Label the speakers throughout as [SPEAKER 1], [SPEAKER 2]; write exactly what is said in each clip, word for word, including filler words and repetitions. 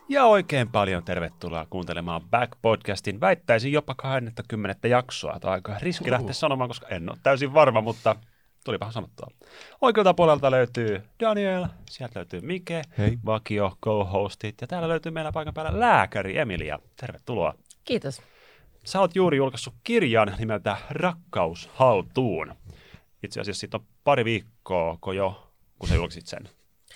[SPEAKER 1] Ja oikein paljon tervetuloa kuuntelemaan Back-podcastin, väittäisin jopa kaksikymmentä jaksoa. Tämä on aika riski lähteä uh. sanomaan, koska en ole täysin varma, mutta tulipahan sanottua. Oikealta puolelta löytyy Daniel, sieltä löytyy Mike,
[SPEAKER 2] Hei.
[SPEAKER 1] vakio, co-hostit, ja täällä löytyy meillä paikan päällä lääkäri Emilia. Tervetuloa.
[SPEAKER 3] Kiitos.
[SPEAKER 1] Sä oot juuri julkaissut kirjan nimeltä Rakkaus haltuun. Itse asiassa siitä on pari viikkoa, kun jo, kun sä julkaisit sen.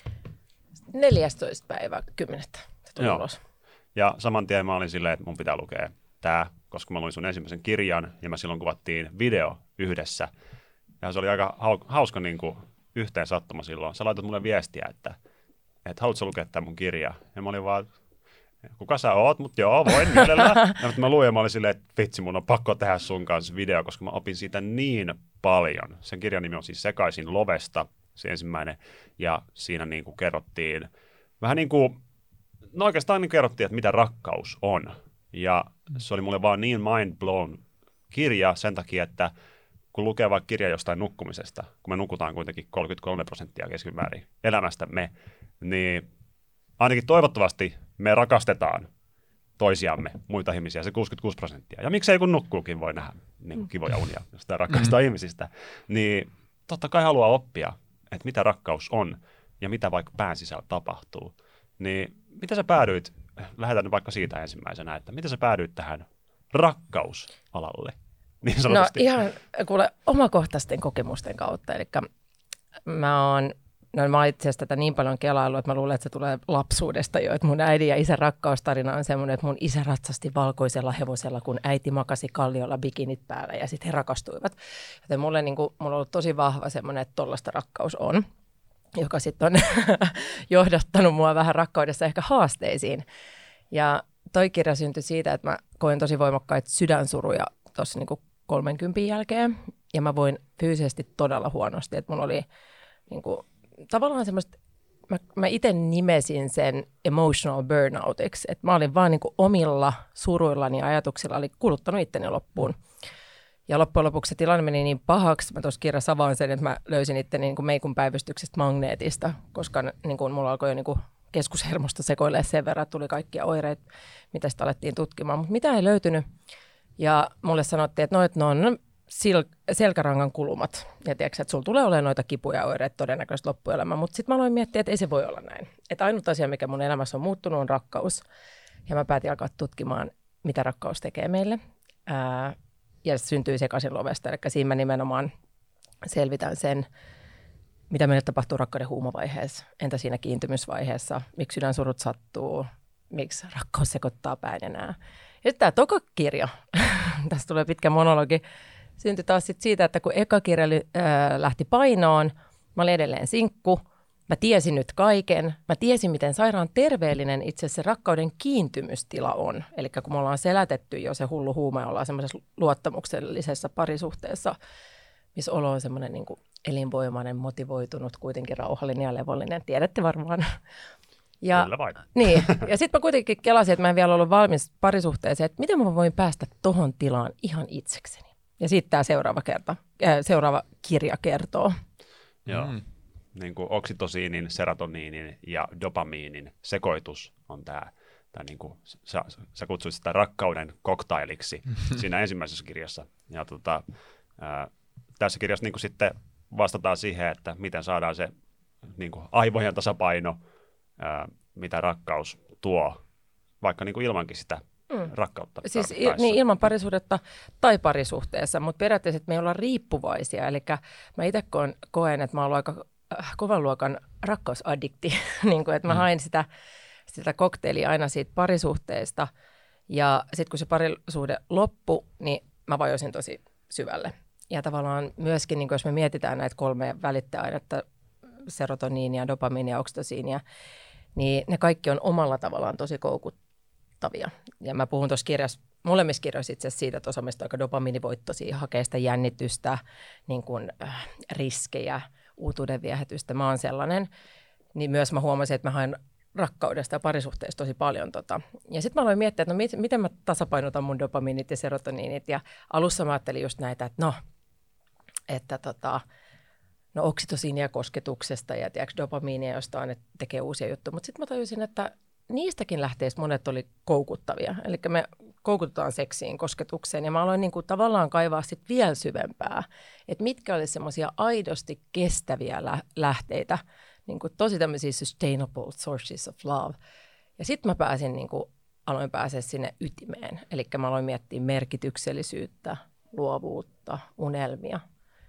[SPEAKER 3] neljästoista päivä kymmenettä tuli
[SPEAKER 1] Joo.
[SPEAKER 3] ulos.
[SPEAKER 1] Ja saman tien mä olin silleen, että mun pitää lukea tää, koska mä luin sun ensimmäisen kirjan, ja mä silloin kuvattiin video yhdessä. Ja se oli aika hauska niin kuin yhteen sattuma silloin. Sä laitat mulle viestiä, että, että haluatko lukea tämän mun kirjaa? Ja mä olin vaan, kuka sä oot? Mutta joo, voin mielellään. Ja mä luin ja mä olin silleen, että vitsi, mun on pakko tehdä sun kanssa video, koska mä opin siitä niin paljon. Sen kirjan nimi on siis Sekaisin lovesta, se ensimmäinen. Ja siinä niin kuin kerrottiin, vähän niin kuin, no oikeastaan niin kerrottiin, että mitä rakkaus on. Ja se oli mulle vaan niin mind blown kirja sen takia, että kun lukee vaikka kirja jostain nukkumisesta, kun me nukutaan kuitenkin kolmekymmentäkolme prosenttia keskimäärin elämästämme, niin ainakin toivottavasti me rakastetaan toisiamme, muita ihmisiä, se kuusikymmentäkuusi prosenttia. Ja miksei kun nukkuukin voi nähdä niin kuin kivoja unia jostain rakkaista ihmisistä, niin totta kai haluaa oppia, että mitä rakkaus on ja mitä vaikka pään sisällä tapahtuu. Niin mitä sä päädyit, lähdetään nyt vaikka siitä ensimmäisenä, että mitä sä päädyit tähän rakkausalalle? Niin
[SPEAKER 3] no ihan kuule omakohtaisten kokemusten kautta, eli mä oon, no mä oon itse asiassa tätä niin paljon kelaillut, että mä luulen, että se tulee lapsuudesta jo, että mun äidin ja isän rakkaustarina on semmoinen, että mun isä ratsasti valkoisella hevosella, kun äiti makasi kalliolla bikinit päällä ja sitten he rakastuivat. Joten mulle, niin kuin, mulla on ollut tosi vahva semmoinen, että tollaista rakkaus on, joka sitten on johdattanut mua vähän rakkaudessa ehkä haasteisiin. Ja toi kirja syntyi siitä, että mä koin tosi voimakkaita sydänsuruja tuossa niin kolmenkympin jälkeen, ja mä voin fyysisesti todella huonosti, että mulla oli niin kuin, tavallaan semmoista, mä, mä itse nimesin sen emotional burnoutiksi, että mä olin vaan niin kuin omilla suruillani ja ajatuksilla oli kuluttanut itteni loppuun. Ja loppujen lopuksi se tilanne meni niin pahaksi, mä tuossa kirjassa avaan sen, että mä löysin itteni niin kuin meikun päivystyksestä magneetista, koska niin kuin mulla alkoi jo niin kuin keskushermosto sekoilee sen verran, että tuli kaikkia oireita, mitä sitä alettiin tutkimaan, mutta mitä ei löytynyt. Ja mulle sanottiin, että no, että no on sil- selkärangan kulumat. Ja tiedätkö, että sulla tulee olemaan noita kipuja ja oireita todennäköisesti loppuelämään. Mutta sitten mä aloin miettiä, että ei se voi olla näin. Että ainut asia, mikä mun elämässä on muuttunut, on rakkaus. Ja mä päätin alkaa tutkimaan, mitä rakkaus tekee meille. Ää, ja se syntyi Sekaisin lovesta. Eli siinä mä nimenomaan selvitän sen, mitä meille tapahtuu rakkauden huumovaiheessa. Entä siinä kiintymysvaiheessa? Miksi sydänsurut sattuu? Miksi rakkaus sekoittaa päin ja nää. Ja sitten tämä toka kirja, tässä tulee pitkä monologi, syntyi taas sit siitä, että kun eka kirja ää, lähti painoon, mä olin edelleen sinkku, mä tiesin nyt kaiken, mä tiesin miten sairaan terveellinen itse asiassa se rakkauden kiintymystila on. Eli kun me ollaan selätetty jo se hullu huuma ja ollaan semmoisessa luottamuksellisessa parisuhteessa, missä olo on semmoinen niin kuin elinvoimainen, motivoitunut, kuitenkin rauhallinen ja levollinen, tiedätte varmaan. Ja,
[SPEAKER 1] Kyllä vain.
[SPEAKER 3] Niin, ja sitten mä kuitenkin kelasin, että mä en vielä ollut valmis parisuhteeseen, että miten mä voin päästä tohon tilaan ihan itsekseni. Ja sitten tämä seuraava, kerta, äh, seuraava kirja kertoo.
[SPEAKER 1] Joo, mm. niin kuin oksitosiinin, serotoniinin ja dopamiinin sekoitus on tämä, tämä niin kuin, sä, sä kutsuit sitä rakkauden koktailiksi siinä ensimmäisessä kirjassa. Ja tota, ää, tässä kirjassa niin kuin sitten vastataan siihen, että miten saadaan se niin kuin aivojen tasapaino, Ää, mitä rakkaus tuo, vaikka niin kuin ilmankin sitä mm. rakkautta.
[SPEAKER 3] Siis il, niin ilman parisuhdetta tai parisuhteessa, mutta periaatteessa me ollaan riippuvaisia. Eli mä itse koen, koen, että mä oon aika äh, kovan luokan rakkausaddikti, niin kuin, että mä mm. hain sitä, sitä kokteilia aina siitä parisuhteesta. Ja sitten kun se parisuhde loppui, niin mä vajosin tosi syvälle. Ja tavallaan myöskin, niin kuin jos me mietitään näitä kolmea välittäjäainetta, serotoniinia, dopamiinia ja oksitosiinia, niin ne kaikki on omalla tavallaan tosi koukuttavia. Ja mä puhun tuossa kirjassa, molemmissa kirjoissa itse asiassa siitä, että osa meistä on aika dopamiinivoittoisia, hakee sitä jännitystä, niin kuin, äh, riskejä, uutuuden viehätystä. Mä oon sellainen. Niin myös mä huomasin, että mä haen rakkaudesta ja parisuhteesta tosi paljon. Tota. Ja sitten mä aloin miettiä, että no mit, miten mä tasapainotan mun dopamiinit ja serotoniinit. Ja alussa mä ajattelin just näitä, että no, että tota, no oksitosiinia kosketuksesta ja tiedätkö, dopamiinia jostain, että tekee uusia juttuja. Mutta sitten mä tajusin, että niistäkin lähteistä monet oli koukuttavia. Eli me koukutetaan seksiin, kosketukseen, ja mä aloin niin kuin tavallaan kaivaa sit vielä syvempää, että mitkä olisi semmoisia aidosti kestäviä lä- lähteitä, niin kuin tosi tämmöisiä sustainable sources of love. Ja sitten mä pääsin, niin kuin, aloin pääsee sinne ytimeen, eli mä aloin miettiä merkityksellisyyttä, luovuutta, unelmia,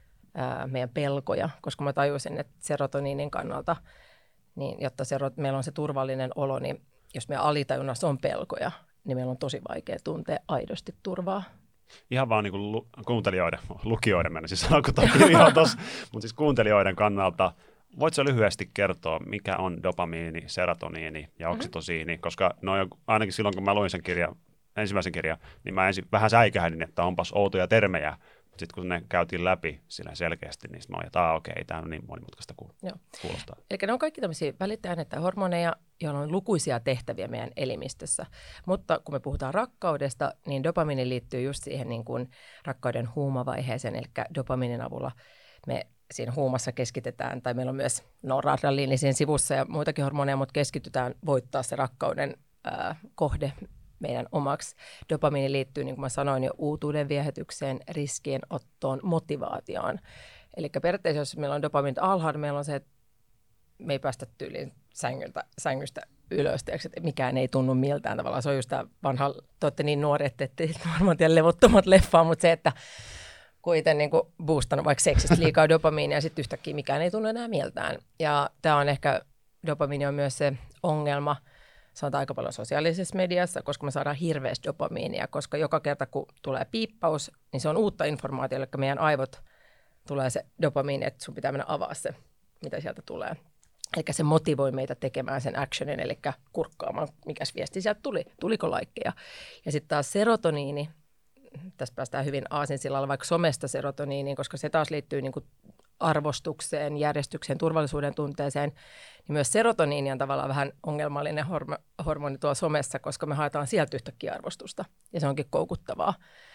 [SPEAKER 3] ää, meidän pelkoja, koska mä tajusin, että serotoniinin kannalta, niin jotta serot, meillä on se turvallinen olo, niin jos meidän alitajunnassa on pelkoja, niin meillä on tosi vaikea tuntea aidosti turvaa.
[SPEAKER 1] Ihan vaan niin kuin lu- kuuntelijoiden, lukijoiden mennä siis sanoa, kun tuo kirja on tossa, mutta siis kuuntelijoiden kannalta, voitko lyhyesti kertoa, mikä on dopamiini, serotoniini ja oksitosiini, mm-hmm. koska no, ainakin silloin, kun mä luin sen kirjan, ensimmäisen kirjan, niin mä ensin vähän säikähdin, että onpas outoja termejä, mutta sitten kun ne käytiin läpi sillä selkeästi, niin sitten mä olin, että okei, okay, tämä on niin monimutkaista kuin kuulostaa.
[SPEAKER 3] Eli ne on kaikki tämmöisiä välittäjäaineita hormoneja, joilla on lukuisia tehtäviä meidän elimistössä. Mutta kun me puhutaan rakkaudesta, niin dopamiini liittyy just siihen niin kuin rakkauden huumavaiheeseen, eli dopamiinin avulla me siinä huumassa keskitetään, tai meillä on myös noradrenaliini siinä sivussa ja muitakin hormoneja, mutta keskitytään voittaa se rakkauden ää, kohde meidän omaksi. Dopamiini liittyy, niin kuin mä sanoin, jo uutuuden viehätykseen, riskien ottoon, motivaatioon. Eli periaatteessa, jos meillä on dopamiinit alhaalla, meillä on se, että me ei päästä tyyliin sängyltä, sängystä ylös, että mikään ei tunnu miltään tavallaan. Se on just tämä vanha, te olette niin nuori, että ette varmaan tiedä levottomat leffaa, mutta se, että kun itse niin kuin boostannut vaikka seksistä liikaa dopamiinia ja sitten yhtäkkiä mikään ei tunnu enää miltään. Ja tämä on ehkä, dopamiini on myös se ongelma, sanotaan aika paljon sosiaalisessa mediassa, koska me saadaan hirveästi dopamiinia, koska joka kerta kun tulee piippaus, niin se on uutta informaatiota, eli meidän aivot tulee se dopamiini, että sun pitää mennä avaa se, mitä sieltä tulee. Eli se motivoi meitä tekemään sen actionin, eli kurkkaamaan, mikäs viesti sieltä tuli, tuliko laikkeja. Ja sitten taas serotoniini, tässä päästään hyvin aasinsillalla vaikka somesta serotoniiniin, koska se taas liittyy niin kuin arvostukseen, järjestykseen, turvallisuuden tunteeseen, niin myös serotoniini on tavallaan vähän ongelmallinen hormo- hormoni tuolla somessa, koska me haetaan sieltä yhtäkkiä arvostusta, ja se onkin koukuttavaa.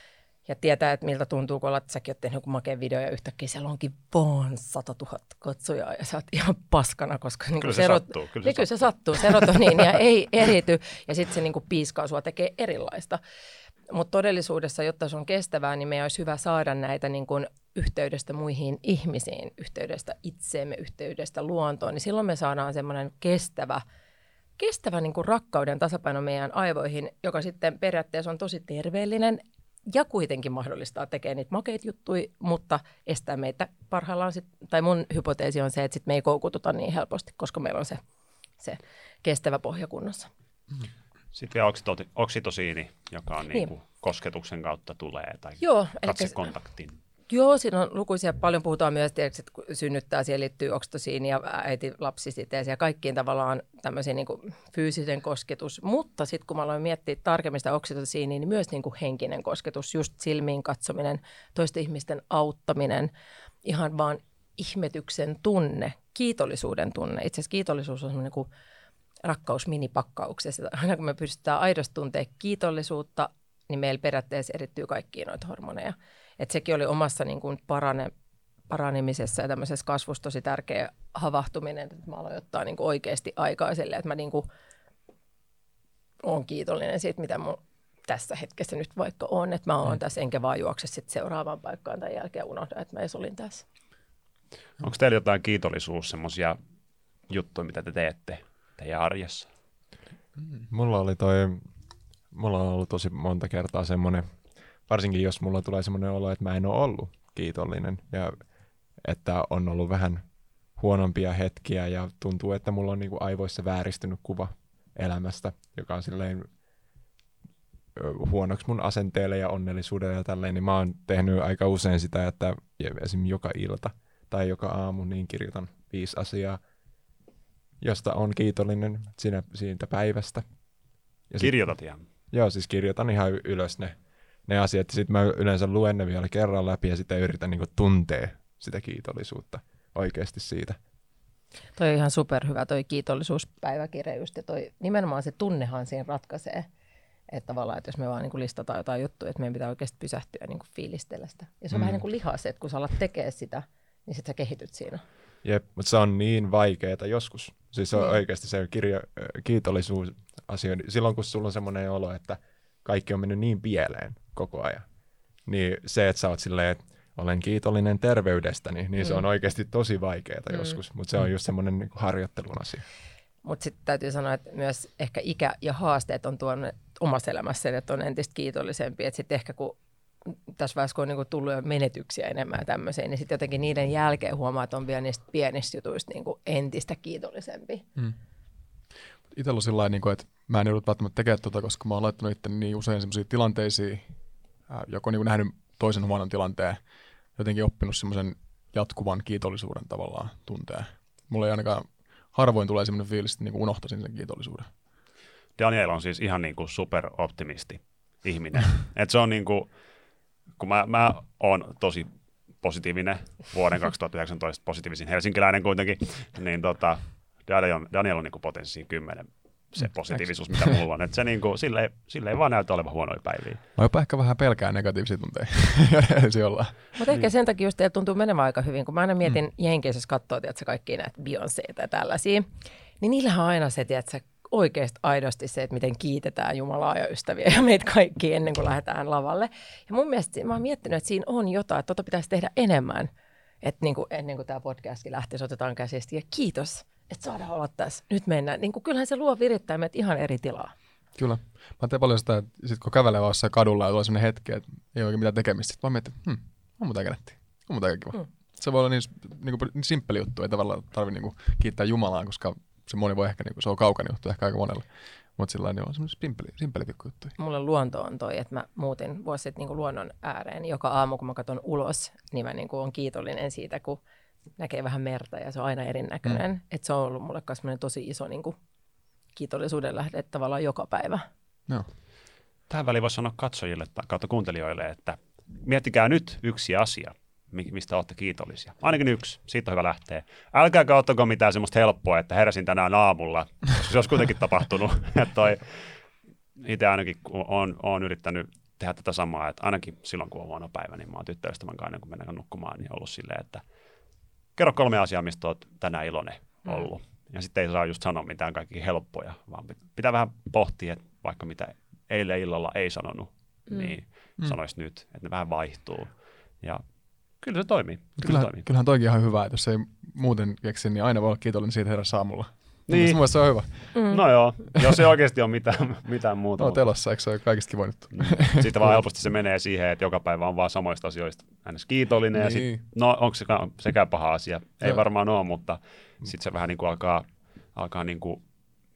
[SPEAKER 3] Ja tietää, että miltä tuntuu, kun olet, säkin olet tehnyt joku makea video, ja yhtäkkiä siellä onkin vaan sata tuhatta katsojaa, ja sä oot ihan paskana, koska niin
[SPEAKER 1] kyllä, se
[SPEAKER 3] serot-
[SPEAKER 1] sattuu, kyllä,
[SPEAKER 3] niin
[SPEAKER 1] se
[SPEAKER 3] kyllä se sattuu, serotoniinia ei erity, ja sitten se niin kuin piiskaa sua, tekee erilaista. Mutta todellisuudessa, jotta se on kestävää, niin meidän olisi hyvä saada näitä niin kuin yhteydestä muihin ihmisiin, yhteydestä itseemme, yhteydestä luontoon, niin silloin me saadaan semmoinen kestävä, kestävä niin kuin rakkauden tasapaino meidän aivoihin, joka sitten periaatteessa on tosi terveellinen ja kuitenkin mahdollistaa tekemään niitä makeita juttuja, mutta estää meitä parhaillaan, sit, tai mun hypoteesi on se, että sit me ei koukututa niin helposti, koska meillä on se, se kestävä pohja kunnossa.
[SPEAKER 1] Mm. Sitten vielä oksito- oksitosiini, joka on niin. Niin kosketuksen kautta tulee, tai
[SPEAKER 3] Joo,
[SPEAKER 1] katsekontaktin.
[SPEAKER 3] Joo, siinä on lukuisia. Paljon puhutaan myös, että kun synnyttää, siihen liittyy oksitosiini ja äiti-lapsisiteeseen ja kaikkiin tavallaan tämmöisiin niin kuin fyysinen kosketus. Mutta sitten kun mä aloin miettiä tarkemmin sitä oksitosiiniä, niin myös niin kuin henkinen kosketus, just silmiin katsominen, toisten ihmisten auttaminen, ihan vaan ihmetyksen tunne, kiitollisuuden tunne. Itse asiassa kiitollisuus on semmoinen kuin rakkaus minipakkauksessa. Aina kun me pystytään aidosti tuntemaan kiitollisuutta, niin meillä periaatteessa erittyy kaikkia noita hormoneja. Et sekin oli omassa niin kuin parane, paranemisessa ja tämmöisessä kasvussa tosi tärkeä havahtuminen, että mä aloin ottaa niin kuin oikeasti aikaa sille, että mä niin kuin olen kiitollinen siitä, mitä mun tässä hetkessä nyt vaikka on, että mä oon mm. tässä, enkä vaan juokse sitten seuraavaan paikkaan tai jälkeen unohda, että mä edes olin tässä.
[SPEAKER 1] Onko teillä jotain kiitollisuus, semmoisia juttuja, mitä te teette teidän arjessa?
[SPEAKER 2] Mulla oli toi, mulla on ollut tosi monta kertaa semmoinen, varsinkin jos mulla tulee semmoinen olo, että mä en ole ollut kiitollinen ja että on ollut vähän huonompia hetkiä ja tuntuu, että mulla on niinku aivoissa vääristynyt kuva elämästä, joka on silleen huonoksi mun asenteelle ja onnellisuudelle ja tälleen, niin mä oon tehnyt aika usein sitä, että esimerkiksi joka ilta tai joka aamu niin kirjoitan viisi asiaa, josta on kiitollinen siinä, siitä päivästä. Ja
[SPEAKER 1] Kirjoitat ihan?
[SPEAKER 2] Joo, siis kirjoitan ihan ylös ne, ne asiat. Sitten mä yleensä luen ne vielä kerran läpi ja sitten yritän niinku tuntea sitä kiitollisuutta oikeasti siitä.
[SPEAKER 3] Toi on ihan superhyvä toi kiitollisuuspäiväkirja just, ja toi nimenomaan se tunnehan siinä ratkaisee. Että tavallaan, että jos me vaan niin kuin listataan jotain juttuja, että meidän pitää oikeasti pysähtyä ja niin kuin fiilistellä sitä. Ja se on mm. vähän niin kuin lihas, että kun sä alat tekemään sitä, niin sit sä kehityt siinä.
[SPEAKER 2] Jep, mutta se on niin vaikeaa joskus. Siis on oikeasti se kirja, kiitollisuus asia. Silloin kun sulla on semmoinen olo, että kaikki on mennyt niin pieleen koko ajan, niin se, että sä oot silleen, että olen kiitollinen terveydestäni, niin mm. se on oikeasti tosi vaikeaa mm. joskus. Mutta se on just semmoinen niin kuin harjoittelun asia.
[SPEAKER 3] Mutta sitten täytyy sanoa, että myös ehkä ikä ja haasteet on tuonut omassa elämässä, että on entistä kiitollisempi. Että sitten ehkä kun tässä vaiheessa, kun on niinku tullut jo menetyksiä enemmän ja tämmöisiä, niin sitten jotenkin niiden jälkeen huomaa, että on vielä niistä pienistä jutuista niinku entistä kiitollisempi.
[SPEAKER 4] Mm. Itsellä on sillä tavalla, että mä en joudut välttämättä tekemään tuota, koska mä oon laittanut itteni niin usein sellaisiin tilanteisiin, joko niinku nähnyt toisen huonon tilanteen, jotenkin oppinut semmoisen jatkuvan kiitollisuuden tavallaan tunteen. Mulla ei ainakaan harvoin tulee semmoinen fiilis, että niinku unohtaisin sen kiitollisuuden.
[SPEAKER 1] Daniel on siis ihan niin kuin superoptimisti ihminen. Et se on niin kuin, kun mä, mä oon tosi positiivinen, vuoden kaksituhattayhdeksäntoista positiivisin helsinkiläinen kuitenkin, niin tota, Daniel on, Daniel on niin kuin potenssiin kymmenen se positiivisuus, mitä mulla on. Et se niin kuin, sille, ei, sille ei vaan näytä olevan huonoja päiviä.
[SPEAKER 4] Mä jopa ehkä vähän pelkään negatiivisia tunteja.
[SPEAKER 3] Mutta ehkä sen takia just teillä tuntuu menevän aika hyvin, kun mä aina mietin mm. Jenkeissä, jos katsoo, että kaikki näitä Beyoncéita ja tällaisia, niin niillähän on aina se, että oikeasti aidosti se, että miten kiitetään Jumalaa ja ystäviä ja meitä kaikki ennen kuin lähdetään lavalle. Ja mun mielestä mä oon miettinyt, että siinä on jotain, että tota pitäisi tehdä enemmän. Että niin kuin ennen kuin tämä podcastkin lähtee, otetaan käsistä ja kiitos, että saadaan olla tässä. Nyt mennään. Niin kuin kyllähän se luo virittää meitä ihan eri tilaa.
[SPEAKER 4] Kyllä. Mä teen paljon sitä, että sit kun kävelee vaan kadulla ja tulee sellainen hetki, että ei oikein mitään tekemistä. Sitten vaan miettii, että hm, on muuta aika nättiä. On muuta aika kiva. Hmm. Se voi olla niin, niin, kuin, niin simppeli juttu, ei tavallaan tarvitse niin kiittää Jumalaa, koska se moni voi ehkä, niin kuin, se on kaukana juttu ehkä aika monelle. Mutta sillä tavalla niin on semmoinen simppeli, simppeli pikku juttu.
[SPEAKER 3] Mulle luonto on toi, että mä muutin vuosi sitten niin luonnon ääreen. Joka aamu, kun mä katson ulos, niin mä niin kuin, on kiitollinen siitä, kun näkee vähän merta ja se on aina erinäköinen. Mm. Että se on ollut mulle myös tosi iso niin kuin, kiitollisuuden lähde tavallaan joka päivä.
[SPEAKER 4] No.
[SPEAKER 1] Tähän väliin voisi sanoa katsojille kautta kuuntelijoille, että miettikää nyt yksi asia, mistä olette kiitollisia. Ainakin yksi, siitä on hyvä lähteä. Älkääkä ottako mitään semmoista helppoa, että heräsin tänään aamulla, koska se olisi kuitenkin tapahtunut. Itse ainakin olen, olen yrittänyt tehdä tätä samaa, että ainakin silloin kun on huono päivä, niin mä oon tyttöystävän kanssa, kun mennään nukkumaan, niin ollut silleen, että kerro kolme asiaa, mistä olet tänään iloinen ollut. Mm. Ja sitten ei saa just sanoa mitään kaikki helppoja, vaan pitää vähän pohtia, että vaikka mitä eilen illalla ei sanonut, mm. niin mm. sanoisi nyt, että ne vähän vaihtuu. Ja kyllä se toimii. Kyllä
[SPEAKER 4] kyllähän,
[SPEAKER 1] se toimii.
[SPEAKER 4] kyllähän toikin ihan hyvä, että jos ei muuten keksi, niin aina voi olla kiitollinen siitä herässä aamulla.
[SPEAKER 1] Niin.
[SPEAKER 4] Mun mielestä se on hyvä.
[SPEAKER 1] Mm. No joo, jos ei oikeasti ole mitään, mitään muuta.
[SPEAKER 4] No telossa, eikö se ole kaikista kivoin nyt?
[SPEAKER 1] Sitten vaan helposti se menee siihen, että joka päivä on vaan samoista asioista äänes kiitollinen. Niin. Ja sit, no onko se sekään paha asia? Ei no. varmaan ole, mutta sitten se vähän niin kuin alkaa, alkaa niin kuin,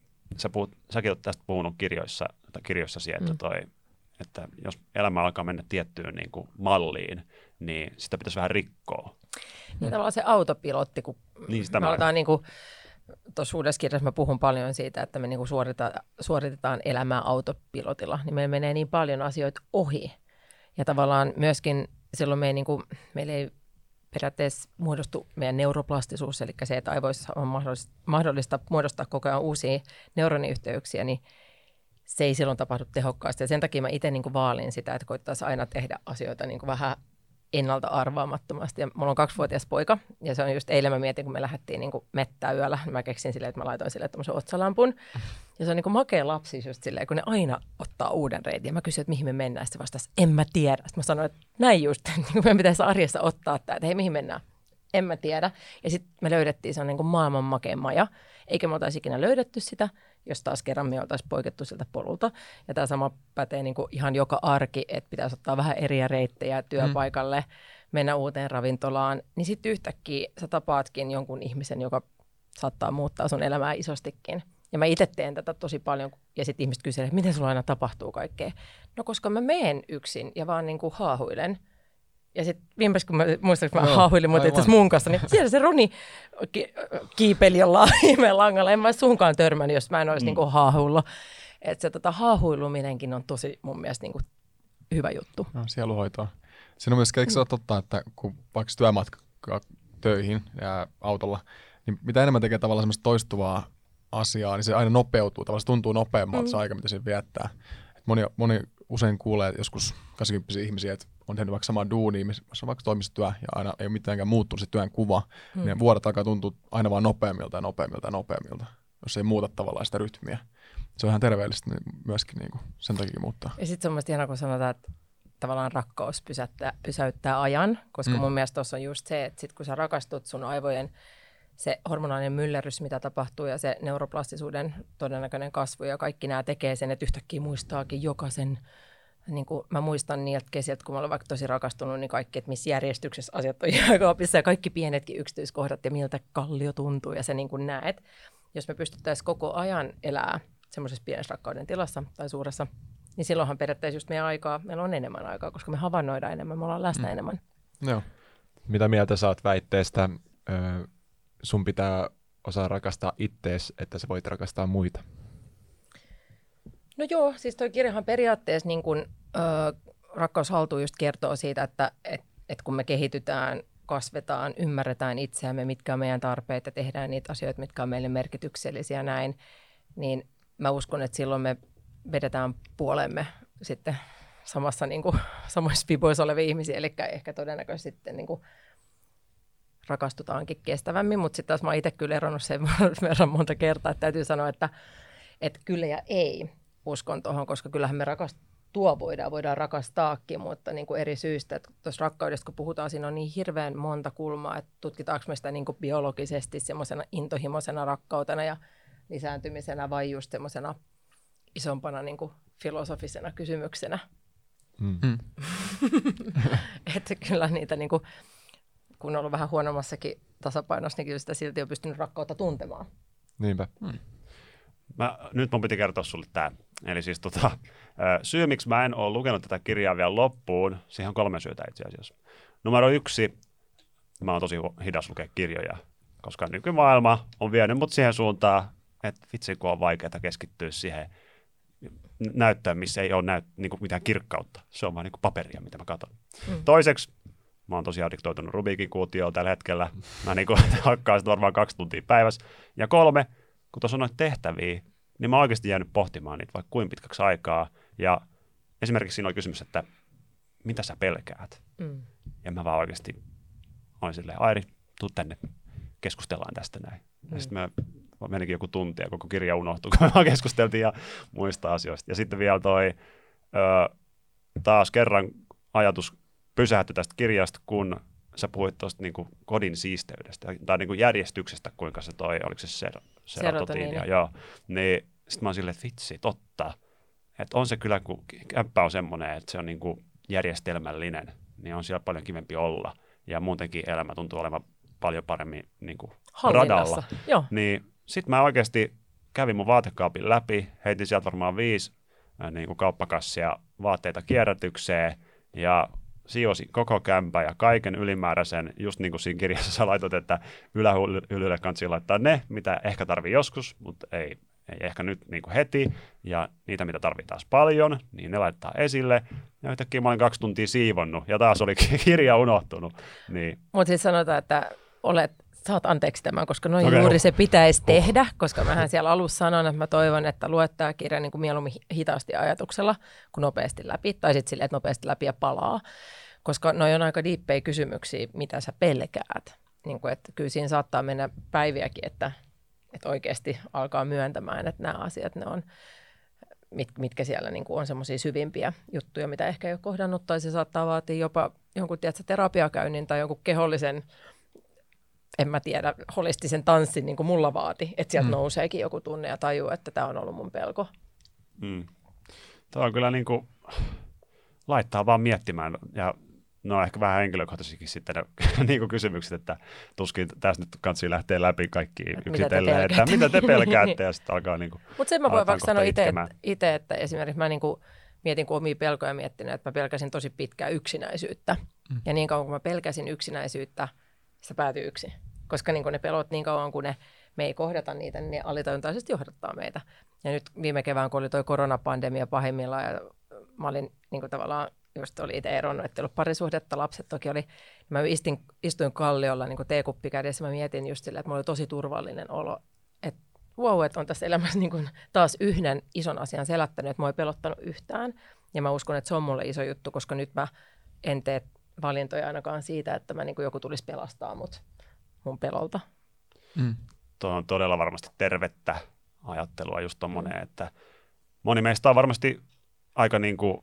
[SPEAKER 1] sä puhut, säkin olet tästä puhunut kirjoissa, tai kirjoissasi, että, toi, että jos elämä alkaa mennä tiettyyn niin kuin malliin, niin sitä pitäisi vähän rikkoa.
[SPEAKER 3] Niin tavallaan se autopilotti, kun
[SPEAKER 1] niin,
[SPEAKER 3] me aletaan niin kuin tuossa uudessa kirjassa mä puhun paljon siitä, että me niinku suoritetaan, suoritetaan elämää autopilotilla, niin meillä menee niin paljon asioita ohi. Ja tavallaan myöskin silloin me ei, niinku, meillä ei periaatteessa muodostu meidän neuroplastisuus, eli se, että aivoissa on mahdollista, mahdollista muodostaa koko ajan uusia neuroniyhteyksiä, niin se ei silloin tapahdu tehokkaasti. Ja sen takia mä itse niinku vaalin sitä, että koittaisiin aina tehdä asioita niinku vähän ennalta arvaamattomasti. Ja mulla on kaksivuotias poika, ja se on just eilen mä mietin, kun me lähdettiin niin mettää yöllä, mä keksin silleen, että mä laitoin silleen tämmöisen otsalampun. Ja se on niin kuin makea lapsi just silleen, kun ne aina ottaa uuden reitin. Ja mä kysyin, että mihin me mennään, sitten se vastasi, en mä tiedä. Sitten mä sanoin, että näin just, niin kuin meidän pitäisi arjessa ottaa tämä, että hei, mihin mennään? En mä tiedä. Ja sitten me löydettiin se on niin kuin maailman makea maja, eikä me oltaisi ikinä löydetty sitä, jos taas kerran me oltaisiin poikettu siltä polulta. Ja tämä sama pätee niin kuin ihan joka arki, että pitäisi ottaa vähän eriä reittejä työpaikalle, mm. mennä uuteen ravintolaan. Niin sitten yhtäkkiä sä tapaatkin jonkun ihmisen, joka saattaa muuttaa sun elämää isostikin. Ja mä itse teen tätä tosi paljon, ja sitten ihmiset kyselee, että miten sulla aina tapahtuu kaikkea. No koska mä menen yksin ja vaan niin kuin haahuilen. Ja sitten viimeksi, kun mä muistan, kun mä no, haahuilin muuten itse mun kanssa, niin siellä se Roni ki- kiipeli jollain ihmeen langalla. En mä olisi suunkaan törmännyt, jos mä en olisi mm. niinku haahuillut. Että se tota, haahuiluminenkin on tosi mun mielestä niinku hyvä juttu.
[SPEAKER 4] No, sieluhoitoa. Siinä on myös, eikö se ole totta, että kun vaikka työmatka töihin ja autolla, niin mitä enemmän tekee tavallaan semmoista toistuvaa asiaa, niin se aina nopeutuu. Tavallaan se tuntuu nopeammalta mm. se aika, mitä se viettää. Et moni, moni usein kuulee joskus kaksikymppisiä ihmisiä, että on tehnyt vaikka samaa duunia, missä on vaikka toimistotyö ja aina ei ole mitenkään muuttunut se työn kuva, hmm. niin vuodet alkaa tuntua aina vaan nopeammilta ja nopeammilta ja nopeammilta, jos ei muuta tavallaan sitä rytmiä. Se on ihan terveellistä myöskin niin kuin sen takia muuttaa.
[SPEAKER 3] Ja sitten se on mielestäni ihanaa, kun sanotaan, että tavallaan rakkaus pysäyttää, pysäyttää ajan, koska mm. mun mielestä tuossa on just se, että sit kun sä rakastut, sun aivojen se hormonaalinen myllerrys, mitä tapahtuu ja se neuroplastisuuden todennäköinen kasvu ja kaikki nämä tekee sen, että yhtäkkiä muistaakin jokaisen, niin kuin mä muistan niiltä kesiltä, kun mä olen vaikka tosi rakastunut, niin kaikki, että missä järjestyksessä asiat on jääkaapissa ja kaikki pienetkin yksityiskohdat ja miltä kallio tuntuu ja se niin kuin näet. Jos me pystyttäisiin koko ajan elää semmoisessa pienessä rakkauden tilassa tai suuressa, niin silloinhan periaatteessa just meidän aikaa, meillä on enemmän aikaa, koska me havainnoidaan enemmän, me ollaan läsnä mm. enemmän.
[SPEAKER 4] Joo.
[SPEAKER 2] Mitä mieltä sä oot väitteestä, ö, sun pitää osaa rakastaa ittees, että sä voit rakastaa muita?
[SPEAKER 3] No joo, siis toi kirjahan periaatteessa niin kun, ö, Rakkaus haltuun just kertoo siitä, että et, et kun me kehitytään, kasvetaan, ymmärretään itseämme, mitkä on meidän tarpeet ja tehdään niitä asioita, mitkä on meille merkityksellisiä näin, niin mä uskon, että silloin me vedetään puolemme sitten samassa niin kuin, samoissa viboissa olevia ihmisiä, eli ehkä todennäköisesti sitten niin kuin rakastutaankin kestävämmin, mutta sitten taas mä oon itse kyllä eronnut sen verran monta kertaa, että täytyy sanoa, että, että kyllä ja ei uskon tuohon, koska kyllähän me rakastua voidaan, voidaan rakastaakin, mutta niin kuin eri syistä. Että tuossa rakkaudesta, kun puhutaan, siinä on niin hirveän monta kulmaa, että tutkitaanko me sitä niin kuin biologisesti semmoisena intohimoisena rakkautena ja lisääntymisenä vai just semmoisena isompana niin kuin filosofisena kysymyksenä. Mm. Että kyllä niitä, niin kuin, kun on ollut vähän huonommassakin tasapainossa, niin kyllä sitä silti on pystynyt rakkautta tuntemaan.
[SPEAKER 2] Niinpä. Mm.
[SPEAKER 1] Mä, nyt mun piti kertoa sulle tämä. Eli siis tota, syy, miksi mä en ole lukenut tätä kirjaa vielä loppuun, siihen on kolme syytä itse asiassa. Numero yksi, mä oon tosi hidas lukea kirjoja, koska nykymaailma on vienyt mut siihen suuntaan, että vitsi kun on vaikeaa keskittyä siihen näyttöön, missä ei ole näyt, niin kuin mitään kirkkautta. Se on vaan niin kuin paperia, mitä mä katson. Mm. Toiseksi, mä oon tosi addiktoitunut Rubikin kuutioon tällä hetkellä. Mä niin kuin hakkaan sitä varmaan kaksi tuntia päivässä. Ja kolme, kun tuossa on noita tehtäviä, niin mä oon oikeasti jäänyt pohtimaan niitä vaikka kuinka pitkäksi aikaa. Ja esimerkiksi siinä oli kysymys, että mitä sä pelkäät? Mm. Ja mä vaan oikeasti olin silleen, Airi, tuu tänne, keskustellaan tästä näin. Mm. Ja sitten mä menikin joku tunti ja koko kirja unohtui, kun me vaan keskusteltiin ja muista asioista. Ja sitten vielä toi ö, taas kerran ajatus pysähtyi tästä kirjasta, kun sä puhuit tuosta niinku kodin siisteydestä tai niinku järjestyksestä, kuinka se toi, oliko se ser- serotoniinia, joo. Niin sitten mä oon silleen, että vitsi, totta. Että on se kyllä, kun kämppä on semmoinen, että se on niinku järjestelmällinen, niin on siellä paljon kivempi olla. Ja muutenkin elämä tuntuu olevan paljon paremmin niinku radalla.
[SPEAKER 3] Joo.
[SPEAKER 1] Niin sitten mä oikeasti kävin mun vaatekaapin läpi, heitin sieltä varmaan viisi äh, niinku kauppakassia vaatteita kierrätykseen ja sijoisin koko kämpä ja kaiken ylimääräisen, just niin kuin siinä kirjassa sä laitot, että ylähyllylle kansi laittaa ne, mitä ehkä tarvii joskus, mutta ei, ei ehkä nyt niin kuin heti, ja niitä, mitä tarvii taas paljon, niin ne laittaa esille, ja yhtäkkiä mä olin kaksi tuntia siivonnut, ja taas oli kirja unohtunut. Niin.
[SPEAKER 3] Mutta siis sanotaan, että olet, saat anteeksi tämän, koska noin
[SPEAKER 1] okay,
[SPEAKER 3] juuri
[SPEAKER 1] oh.
[SPEAKER 3] se pitäisi tehdä, koska mähän siellä alussa sanon, että mä toivon, että luet tämä kirja niin kuin mieluummin hitaasti ajatuksella, kuin nopeasti läpi, tai sitten silleen, että nopeasti läpi ja palaa. Koska noi on aika diippejä kysymyksiä, mitä sä pelkäät. Niin kuin, että kyllä siinä saattaa mennä päiviäkin, että, että oikeasti alkaa myöntämään, että nämä asiat ne on, mit, mitkä siellä niin kuin on semmoisia syvimpiä juttuja, mitä ehkä ei ole kohdannut. Tai se saattaa vaatia jopa jonkun tiedätkö, terapiakäynnin tai jonkun kehollisen, en mä tiedä, holistisen tanssin, niin kuin mulla vaati. Että sieltä mm. nouseekin joku tunne ja tajuu, että tämä on ollut mun pelko.
[SPEAKER 1] Mm. Tämä on kyllä niin kuin laittaa vaan miettimään ja no ehkä vähän henkilökohtaisikin sitten ne niin kuin kysymykset, että tuskin tässä nyt kansi lähtee läpi kaikki yksitellen, että mitä te pelkäätte ja sitten alkaa niin kuin
[SPEAKER 3] mutta sen mä voin vaikka sanoa itse, että, että esimerkiksi mä niin kuin mietin, kun omia pelkoja miettinyt, että mä pelkäsin tosi pitkää yksinäisyyttä. Mm. Ja niin kauan kun mä pelkäsin yksinäisyyttä, se päätyi yksin. Koska niin kuin ne pelot niin kauan kun ne, me ei kohdata niitä, niin ne alitajuntaisesti johdattaa meitä. Ja nyt viime kevään, kun oli toi koronapandemia pahimmillaan ja mä olin niin kuin tavallaan just oli itse eronnut, että ei ollut parisuhdetta, lapset toki oli. Mä istin, istuin kalliolla niin kuin teekuppi kädessä, mä mietin just silleen, että mulla oli tosi turvallinen olo. Että wow, että on tässä elämässä niin kuin taas yhden ison asian selättänyt, että mua ei pelottanut yhtään. Ja mä uskon, että se on mulle iso juttu, koska nyt mä en tee valintoja ainakaan siitä, että mä niin kuin joku tulisi pelastaa mut mun pelolta.
[SPEAKER 1] Mm. Tuo on todella varmasti tervettä ajattelua just tommonen, mm. että moni meistä on varmasti aika niin, kuin,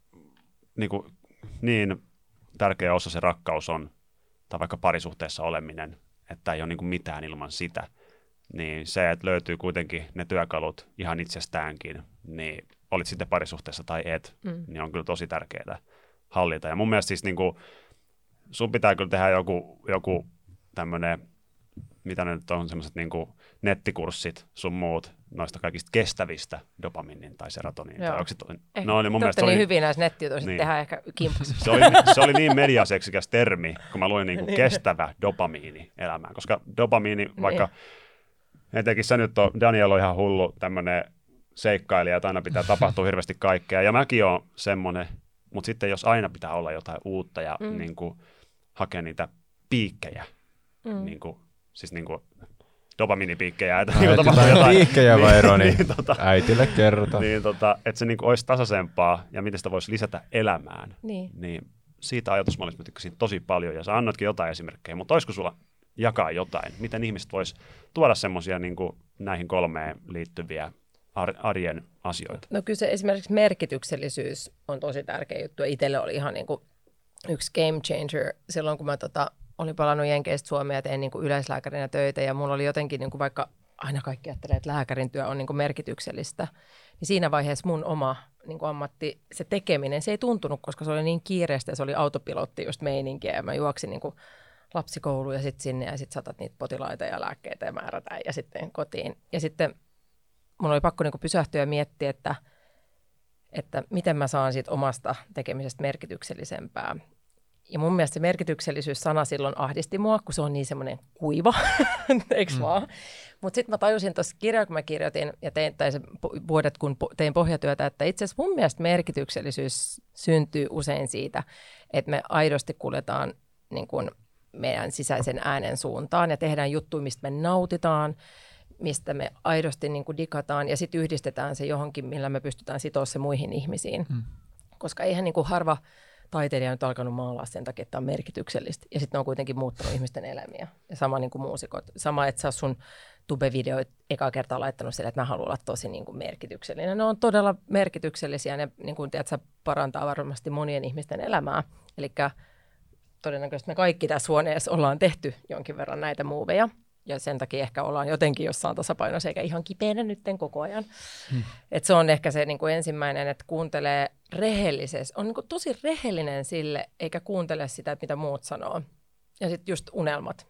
[SPEAKER 1] niin, kuin, niin tärkeä osa se rakkaus on, tai vaikka parisuhteessa oleminen, että ei ole niin kuin mitään ilman sitä. Niin se, että löytyy kuitenkin ne työkalut ihan itsestäänkin, niin olit sitten parisuhteessa tai et, mm. niin on kyllä tosi tärkeää hallita. Ja mun mielestä siis niin kuin, sun pitää kyllä tehdä joku, joku tämmöinen, mitä ne nyt on, semmoiset niin kuin nettikurssit sun muut noista kaikista kestävistä dopaminin tai serotoniin. Tai onko se to... no, niin mun mielestä
[SPEAKER 3] niin
[SPEAKER 1] oli...
[SPEAKER 3] hyvin näissä nettijutuissa, niin. Tehdään ehkä kimpassa.
[SPEAKER 1] Se oli, se oli niin mediaseksikäs termi, kun mä luin niin kuin kestävä dopamiini elämään. Koska dopamiini, vaikka niin. etenkin se nyt on, Daniel on ihan hullu tämmöinen seikkailija, että aina pitää tapahtua hirveästi kaikkea. Ja mäkin oon semmoinen, mutta sitten jos aina pitää olla jotain uutta ja mm. niin kuin, hakea niitä piikkejä, mm. niin kuin, siis niin kuin dopaminipiikkejä, että niin tapahtuu jotain.
[SPEAKER 2] Piikkejä vai Roni?
[SPEAKER 1] niin, tota,
[SPEAKER 2] äitille kerrota.
[SPEAKER 1] Niin, tota, että se niin kuin olisi tasaisempaa ja miten sitä voisi lisätä elämään.
[SPEAKER 3] Niin.
[SPEAKER 1] niin siitä ajatusmallista mä tykkäsin tosi paljon ja sä annoitkin jotain esimerkkejä, mutta olisiko sulla jakaa jotain? Miten ihmiset vois tuoda semmoisia niin kuin näihin kolmeen liittyviä arjen asioita?
[SPEAKER 3] No kyllä se esimerkiksi merkityksellisyys on tosi tärkeä juttu ja itselle oli ihan niin kuin yksi game changer silloin, kun mä tota, olin palannut Jenkeistä Suomeen ja tein niin kuin yleislääkärinä töitä ja mulla oli jotenkin, niin kuin vaikka aina kaikki ajattelee, että lääkärin työ on niin kuin merkityksellistä, niin siinä vaiheessa mun oma niin kuin ammatti, se tekeminen, se ei tuntunut, koska se oli niin kiireistä ja se oli autopilotti just meininkiä ja mä juoksin niin kuin lapsikouluun ja sitten sinne ja sitten satat niitä potilaita ja lääkkeitä ja määrätään ja sitten kotiin. Ja sitten mulla oli pakko niin kuin pysähtyä ja miettiä, että, että miten mä saan siitä omasta tekemisestä merkityksellisempää. Ja mun mielestä se merkityksellisyys-sana silloin ahdisti mua, kun se on niin semmoinen kuiva, eikö mm. vaan? Mutta sitten mä tajusin tuossa kirjaa, kun mä kirjoitin ja tein, tai se vuodet, kun tein pohjatyötä, että itse asiassa mun mielestä merkityksellisyys syntyy usein siitä, että me aidosti kuljetaan niin kuin meidän sisäisen äänen suuntaan ja tehdään juttuja, mistä me nautitaan, mistä me aidosti niin kuin digataan ja sitten yhdistetään se johonkin, millä me pystytään sitoa se muihin ihmisiin. Mm. Koska eihän niin kuin harva taiteilija nyt alkanut maalaa sen takia, että on merkityksellistä. Ja sitten ne on kuitenkin muuttanut ihmisten elämiä. Ja sama niin kuin muusikot. Sama, että sä sun tube-videoit eka kertaa laittanut sille, että mä haluan olla tosi niin kuin merkityksellinen. Ne on todella merkityksellisiä. Ne niin kuin, tiedät, parantaa varmasti monien ihmisten elämää. Eli todennäköisesti me kaikki tässä huoneessa ollaan tehty jonkin verran näitä muuveja. Ja sen takia ehkä ollaan jotenkin jossain tasapainossa, eikä ihan kipeänä nytten koko ajan. Hmm. Et se on ehkä se niin kuin ensimmäinen, että kuuntelee rehellisesti. On niin kuin tosi rehellinen sille, eikä kuuntele sitä, mitä muut sanoo. Ja sitten just unelmat.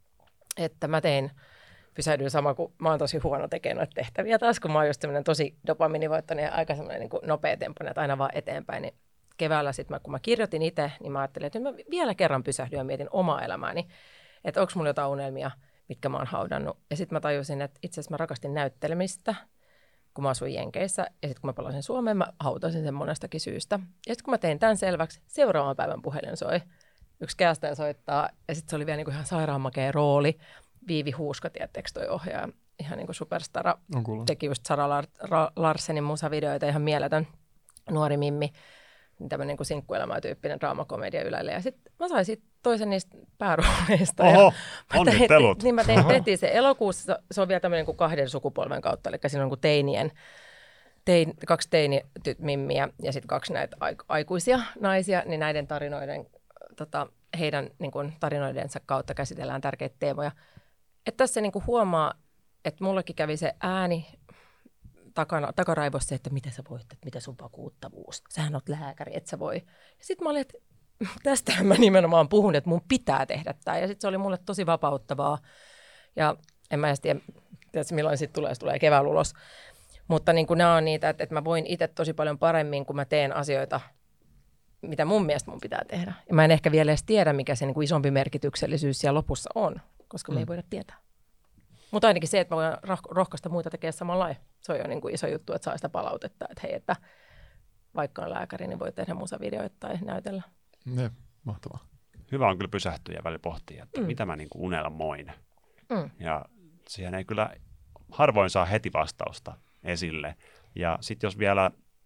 [SPEAKER 3] Että mä tein, pysähdyin sama kuin mä oon tosi huono tekemään noita tehtäviä taas, kun mä oon just semmoinen tosi dopaminivoittainen ja aika semmoinen niin kuin nopea tempoinen, että aina vaan eteenpäin. Niin keväällä sitten, kun mä kirjoitin itse, niin mä ajattelin, että mä vielä kerran pysähdyin ja mietin omaa elämääni. Että onko mulla jotain unelmia, mitkä mä oon haudannut. Ja sitten mä tajusin, että itse asiassa mä rakastin näyttelemistä, kun mä asuin Jenkeissä. Ja sitten kun mä palasin Suomeen, mä hautasin sen monestakin syystä. Ja sitten kun mä tein tämän selväksi, seuraavan päivän puhelin soi. Yksi kästäjä soittaa. Ja sitten se oli vielä niin kuin ihan sairaanmakea rooli. Viivi Huuska, tiedättekö toi ohjaaja. Ihan niin kuin superstara. Teki just Sara Larsenin musavideoita, ihan mieletön nuori mimmi. Tämmöinen niin sinkkuelämää-tyyppinen draamakomedia Ylelle. Ja sitten mä sain sit toisen niistä päärooleista.
[SPEAKER 1] Oho, onnittelut.
[SPEAKER 3] Niin mä tein, tehtiin se elokuussa. Se on vielä tämmöinen niin kuin kahden sukupolven kautta. Eli siinä on niin kuin teinien, tein, kaksi teinimimmiä ja sitten kaksi näitä aikuisia naisia. Niin näiden tarinoiden, tota, heidän niin kuin tarinoidensa kautta käsitellään tärkeitä teemoja. Että tässä niin kuin huomaa, että mullekin kävi se ääni takana, takaraivossa se, että mitä sä voit, että mitä sun vakuuttavuus. Sähän oot lääkäri, et sä voi. Ja sitten mä olin, että tästähän mä nimenomaan puhun, että mun pitää tehdä tämä. Ja sitten se oli mulle tosi vapauttavaa. Ja en mä edes tiedä, tiedätkö, milloin sitten tulee, tulee keväällä ulos. Mutta niin kuin nämä on niitä, että, että mä voin itse tosi paljon paremmin, kun mä teen asioita, mitä mun mielestä mun pitää tehdä. Ja mä en ehkä vielä edes tiedä, mikä se niin kuin isompi merkityksellisyys siellä lopussa on, koska me mm. ei voida tietää. Mutta ainakin se, että mä voin rohkaista muita tekemään samanlainen. Se on jo niin kuin iso juttu, että saa sitä palautetta, että hei, että vaikka on lääkäri, niin voi tehdä musavideoita tai näytellä.
[SPEAKER 4] Ne, mahtavaa.
[SPEAKER 1] Hyvä on kyllä pysähtyä ja välillä pohtia, että mm. mitä mä niin kuin unelmoin. Mm. Ja siihen ei kyllä harvoin saa heti vastausta esille. Ja sitten jos vielä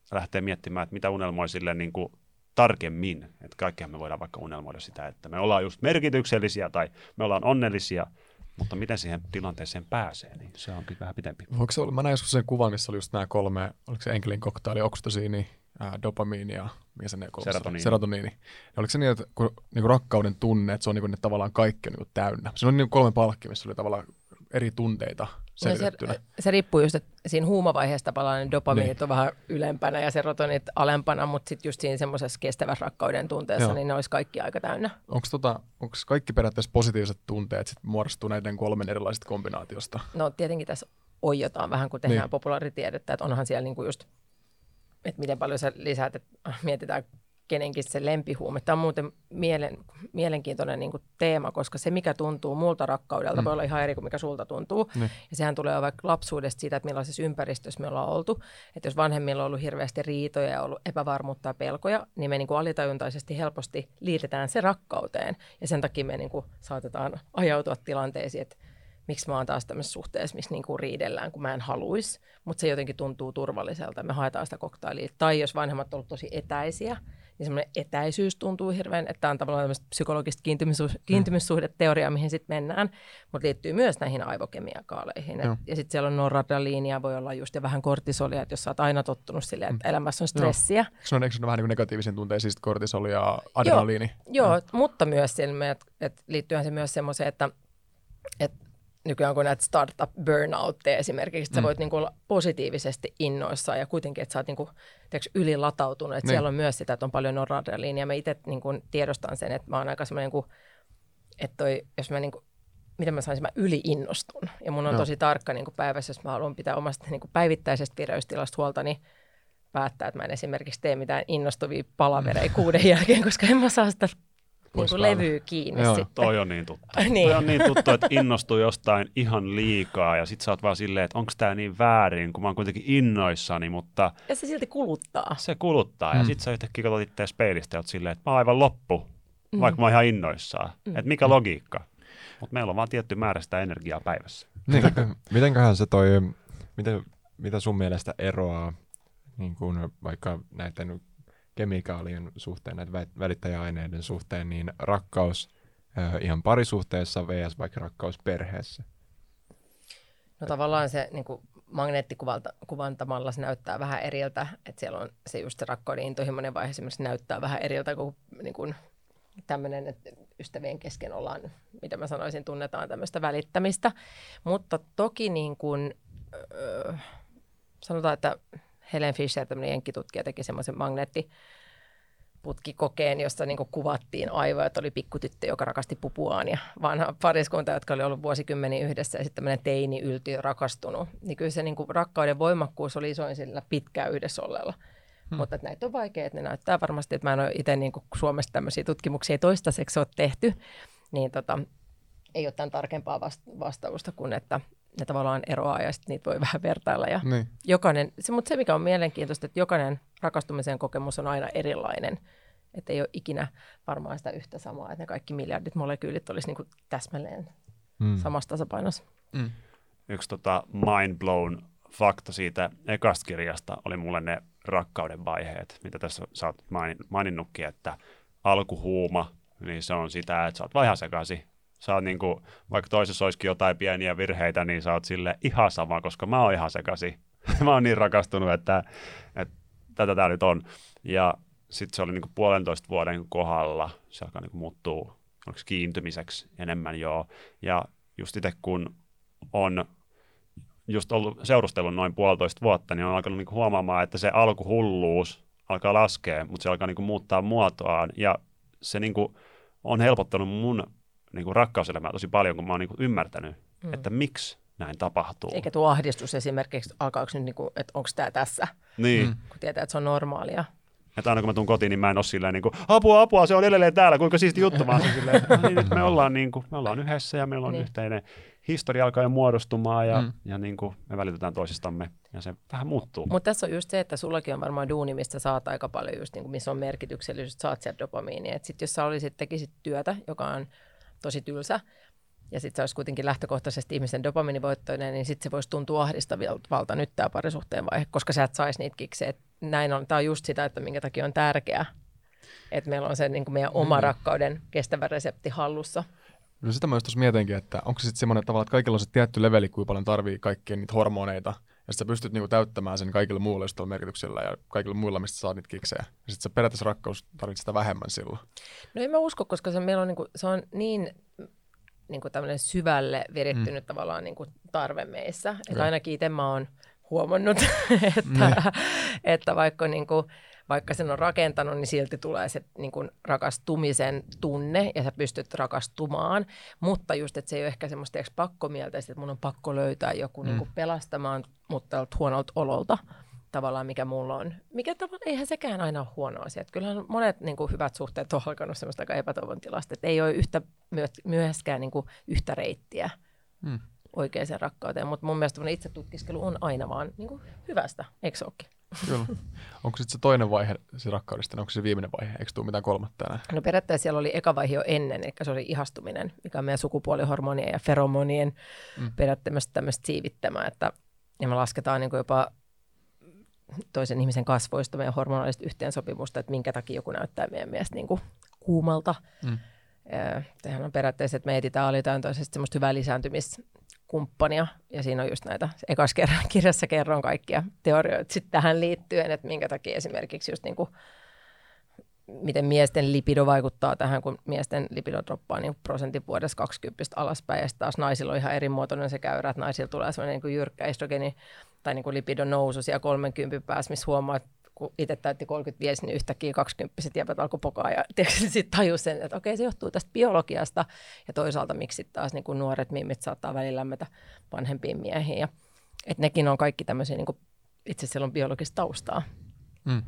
[SPEAKER 1] lähtee miettimään, että mitä unelmoi sille niin kuin tarkemmin. Että kaikkihan me voidaan vaikka unelmoida sitä, että me ollaan just merkityksellisiä tai me ollaan onnellisia, mutta miten siihen tilanteeseen pääsee, niin se onkin vähän pitempi.
[SPEAKER 4] Voiko se olla? Mä näin joskus sen kuvan, missä oli just nämä kolme, oliko se enkelin koktaili, oksitosiini, ää, dopamiini ja mikä se ne kolme?
[SPEAKER 1] Serotoniini.
[SPEAKER 4] Serotoniini. Ja oliko se niin, että kun niinku rakkauden tunne, että se on niinku ne tavallaan kaikki on niinku täynnä. Se on niinku kolme palkkia, missä oli tavallaan eri tunteita selitettynä.
[SPEAKER 3] Se, se riippuu just, että siinä huumavaiheessa tavallaan dopamiinit niin. on vähän ylempänä ja serotonit alempana, mutta sitten just siinä semmoisessa kestävässä rakkauden tunteessa, Joo. niin ne olisi kaikki aika täynnä.
[SPEAKER 4] Onko tota, kaikki periaatteessa positiiviset tunteet sit muodostuu näiden kolmen erilaisista kombinaatiosta?
[SPEAKER 3] No tietenkin tässä oijotaan vähän, kun tehdään
[SPEAKER 4] niin.
[SPEAKER 3] populaaritiedettä, että onhan siellä niinku just, että miten paljon sä lisäät, että mietitään kenenkin se lempihuume. Tämä on muuten mielen, mielenkiintoinen niin kuin teema, koska se, mikä tuntuu multa rakkaudelta, mm. voi olla ihan eri kuin mikä sulta tuntuu. Mm. Ja sehän tulee vaikka lapsuudesta siitä, että millaisessa ympäristössä me ollaan oltu. Että jos vanhemmilla on ollut hirveästi riitoja ja ollut epävarmuutta ja pelkoja, niin me niin kuin alitajuntaisesti helposti liitetään se rakkauteen. Ja sen takia me niin kuin saatetaan ajautua tilanteisiin, että miksi mä oon taas tämmöisessä suhteessa, missä niinku riidellään, kun mä en haluisi, mutta se jotenkin tuntuu turvalliselta. Me haetaan sitä koktailia. Tai jos vanhemmat on ollut tosi etäisiä, niin semmoinen etäisyys tuntuu hirveän, että tämä on tavallaan tämmöistä psykologista kiintymyssuh- kiintymyssuhdeteoriaa, mihin sitten mennään, mutta liittyy myös näihin aivokemiakaaleihin. Et, ja sitten siellä on noradrenaliinia, voi olla just ja vähän kortisolia, että jos sä oot aina tottunut silleen, että elämässä on stressiä.
[SPEAKER 4] Eikö se ole, eikö se ole vähän niin kuin negatiivisen tunteisiin, siis kortisoli ja adrenaliini?
[SPEAKER 3] Joo, joo mm. mutta myös siellä, että, että liittyyhän se myös semmoiseen, että, että nykyään kun näet startup burnoutteja esimerkiksi, että sä voit mm. niinku olla positiivisesti innoissaan ja kuitenkin, että sä oot niinku, tiiäks, ylilatautunut. Että siellä on myös sitä, että on paljon noradrenaliinia. Mä itse niinku tiedostan sen, että mä oon aika semmoinen, niinku, että toi, jos mä niinku, miten mä sanoisin, mä yliinnostun. Ja mun on no. tosi tarkka niinku päivässä, jos mä haluan pitää omasta niinku päivittäisestä vireystilasta huolta, niin päättää, että mä en esimerkiksi tee mitään innostuvia palavereja kuuden jälkeen, koska en mä saa sitä niin kuin levyy kiinni
[SPEAKER 1] Joo,
[SPEAKER 3] sitten.
[SPEAKER 1] toi on niin tuttu.
[SPEAKER 3] niin.
[SPEAKER 1] Toi on niin tuttu, että innostuu jostain ihan liikaa ja sit sä oot vaan silleen, että onko tää niin väärin, kun mä oon kuitenkin innoissani, mutta...
[SPEAKER 3] Ja se silti kuluttaa.
[SPEAKER 1] Se kuluttaa mm. ja sit sä yhtäkkiä katsot itseäsi peilistä ja oot silleen, että mä oon aivan loppu,
[SPEAKER 3] mm.
[SPEAKER 1] vaikka mä oon ihan innoissaan.
[SPEAKER 3] Mm.
[SPEAKER 1] Että mikä logiikka? Mutta meillä on vaan tietty määrä sitä energiaa päivässä.
[SPEAKER 2] Niin, mitenköhän se toi, miten, mitä sun mielestä eroaa niin kuin vaikka näiden kemikaalien suhteen, näiden välittäjäaineiden suhteen, niin rakkaus äh, ihan parisuhteessa versus vaikka rakkaus perheessä?
[SPEAKER 3] No tavallaan se niin kuin magneettikuvantamalla se näyttää vähän eriltä, että siellä on se just se rakkauden intohimoinen vaihe esimerkiksi näyttää vähän eriltä kuin, niin kuin tämmöinen, että ystävien kesken ollaan, mitä mä sanoisin, tunnetaan tämmöistä välittämistä, mutta toki niin kuin, öö, sanotaan, että Helen Fisher, tämmöinen jenkkitutkija, teki semmoisen magneettiputkikokeen, jossa niin kuin kuvattiin aivoja, että oli pikkutyttö, joka rakasti pupuaan ja vanha pariskunta, jotka oli ollut vuosikymmeniä yhdessä ja sitten tämmöinen teini ylty rakastunut. Niin kyllä se niin kuin rakkauden voimakkuus oli isoin sillä pitkään yhdessä olleella. Hmm. Mutta näitä on vaikea, että ne näyttää varmasti, että mä en ole itse niin kuin Suomessa tämmöisiä tutkimuksia ei toistaiseksi ole tehty, niin tota, ei ole tämän tarkempaa vastausta kuin, että ne tavallaan eroaa ja sitten niitä voi vähän vertailla. Ja
[SPEAKER 4] niin.
[SPEAKER 3] jokainen, se, mutta se mikä on mielenkiintoista, että jokainen rakastumisen kokemus on aina erilainen. Että ei ole ikinä varmaan sitä yhtä samaa, että ne kaikki miljardit molekyylit olisi niin kuin täsmälleen hmm. samassa tasapainossa.
[SPEAKER 4] Hmm.
[SPEAKER 1] Yksi tota mind blown fakta siitä ekasta kirjasta oli mulle ne rakkauden vaiheet, mitä tässä sä oot maininnutkin, että alkuhuuma, niin se on sitä, että sä oot vaan ihan sekaisin. Sä oot niinku, vaikka toisessa olisikin jotain pieniä virheitä, niin sä oot sille ihan sama, koska mä oon ihan sekaisin. Mä oon niin rakastunut, että, että tätä tää nyt on. Ja sitten se oli niinku puolentoista vuoden kohdalla, se alkaa niinku muuttua kiintymiseksi enemmän joo. Ja just itse kun on just ollut seurustellut noin puolitoista vuotta, niin on alkanut niinku huomaamaan, että se alkuhulluus alkaa laskea, mutta se alkaa niinku muuttaa muotoaan. Ja se niinku on helpottanut mun niinku rakkauselämää tosi paljon, kun mä oon niinku ymmärtänyt, mm. että miksi näin tapahtuu.
[SPEAKER 3] Eikä tuo ahdistus esimerkiksi, alkaako nyt, niinku, että onko tämä tässä,
[SPEAKER 1] niin.
[SPEAKER 3] mm. kun tietää, että se on normaalia.
[SPEAKER 1] Että aina kun mä tuun kotiin, niin mä en ole silleen niin kuin, apua, apua, se on edelleen täällä, kuinka siisti juttu, vaan se silleen, niin, nyt me ollaan, niin kuin, me ollaan yhdessä ja meillä on niin. yhteinen historia alkaa jo muodostumaan ja, mm. ja niin kuin, me välitetään toisistamme ja se vähän muuttuu.
[SPEAKER 3] Mutta tässä on just se, että sullakin on varmaan duuni, mistä saat aika paljon just niin kuin, missä on merkityksellisyys, saat sieltä dopamiinia. Että sitten jos sä olisit, tekisit työtä, joka on tosi tylsä, ja sitten se olisi kuitenkin lähtökohtaisesti ihmisen dopaminivoittoinen, niin sitten se voisi tuntua ahdistavalta nyt tämä parisuhteen vaihe, koska sä et saisi niitä kiksejä näin on, tämä on just sitä, että minkä takia on tärkeää, että meillä on se niin kuin meidän oma mm. rakkauden kestävä resepti hallussa.
[SPEAKER 4] No sitä mä just tuossa mietinkin, että onko se sitten semmoinen tavalla, että kaikilla on se tietty leveli, kuinka paljon tarvii kaikkia niitä hormoneita, ja sitten sä pystyt niinku täyttämään sen kaikille muulle just tuolla merkityksellä ja kaikille muilla, mistä saat niitä kiksejä. Ja sitten sä periaatteessa rakkaus tarvitset sitä vähemmän silloin.
[SPEAKER 3] No en mä usko, koska se, meillä on, niinku, se on niin niinku tämmöinen syvälle virittynyt mm. tavallaan niinku tarve meissä. Okay. Että ainakin itse mä oon huomannut, että, että vaikka, niinku, vaikka sen on rakentanut, niin silti tulee se niinku rakastumisen tunne ja sä pystyt rakastumaan. Mutta just, että se ei ole ehkä semmoista pakkomielteistä, että mun on pakko löytää joku mm. niinku pelastamaan mut tältä huonolta ololta tavallaan, mikä mulla on. Mikä tavallaan, eihän sekään aina ole huono asia. Että kyllähän monet niinku hyvät suhteet on alkanut semmoista aika epätoivon tilasta, että ei ole yhtä, myöskään niinku yhtä reittiä. Mm. oikeaan rakkauteen, mutta mun mielestä itsetutkiskelu on aina vaan niin kuin hyvästä, eikö se olekin?
[SPEAKER 4] Kyllä. Onko sitten se toinen vaihe se rakkaudesta, onko se viimeinen vaihe, eikö tule mitään kolmatta enää?
[SPEAKER 3] No periaatteessa siellä oli eka vaihe jo ennen, eli se oli ihastuminen, mikä on meidän sukupuolihormonien ja feromonien mm. periaatteessa tämmöistä siivittämää, että ja me lasketaan niin kuin jopa toisen ihmisen kasvoista meidän hormonaalista yhteensopimusta, että minkä takia joku näyttää meidän mielestä niin kuin kuumalta. Mm. Tehän on periaatteessa, että me etsitään alitäyntöisesti semmoista hyvää lisääntymiskumppania, ja siinä on just näitä, ekassa kirjassa kerron kaikkia teorioita sitten tähän liittyen, että minkä takia esimerkiksi just niin kuin, miten miesten lipido vaikuttaa tähän, kun miesten lipido droppaa niin prosentin vuodessa kaksikymmentä alaspäin, ja sitten taas naisilla on ihan eri muotoinen se käyrä, että naisilla tulee semmoinen niin kuin jyrkkä estrogeni tai niin kuin lipidon nousu siellä kolmenkymmenen päässä, missä huomaa, että kun itse täytti kolmekymmentäviisi, niin yhtäkkiä kaksikymppiset jäbät alkoi pokaa ja sitten tajus sen, että okei, se johtuu tästä biologiasta ja toisaalta miksi sitten taas niin kuin nuoret mimmit saattaa välillä lämmetä vanhempiin miehiin. Ja, että nekin on kaikki tämmöisiä, niin kuin, itse asiassa on biologista taustaa.
[SPEAKER 2] Mm.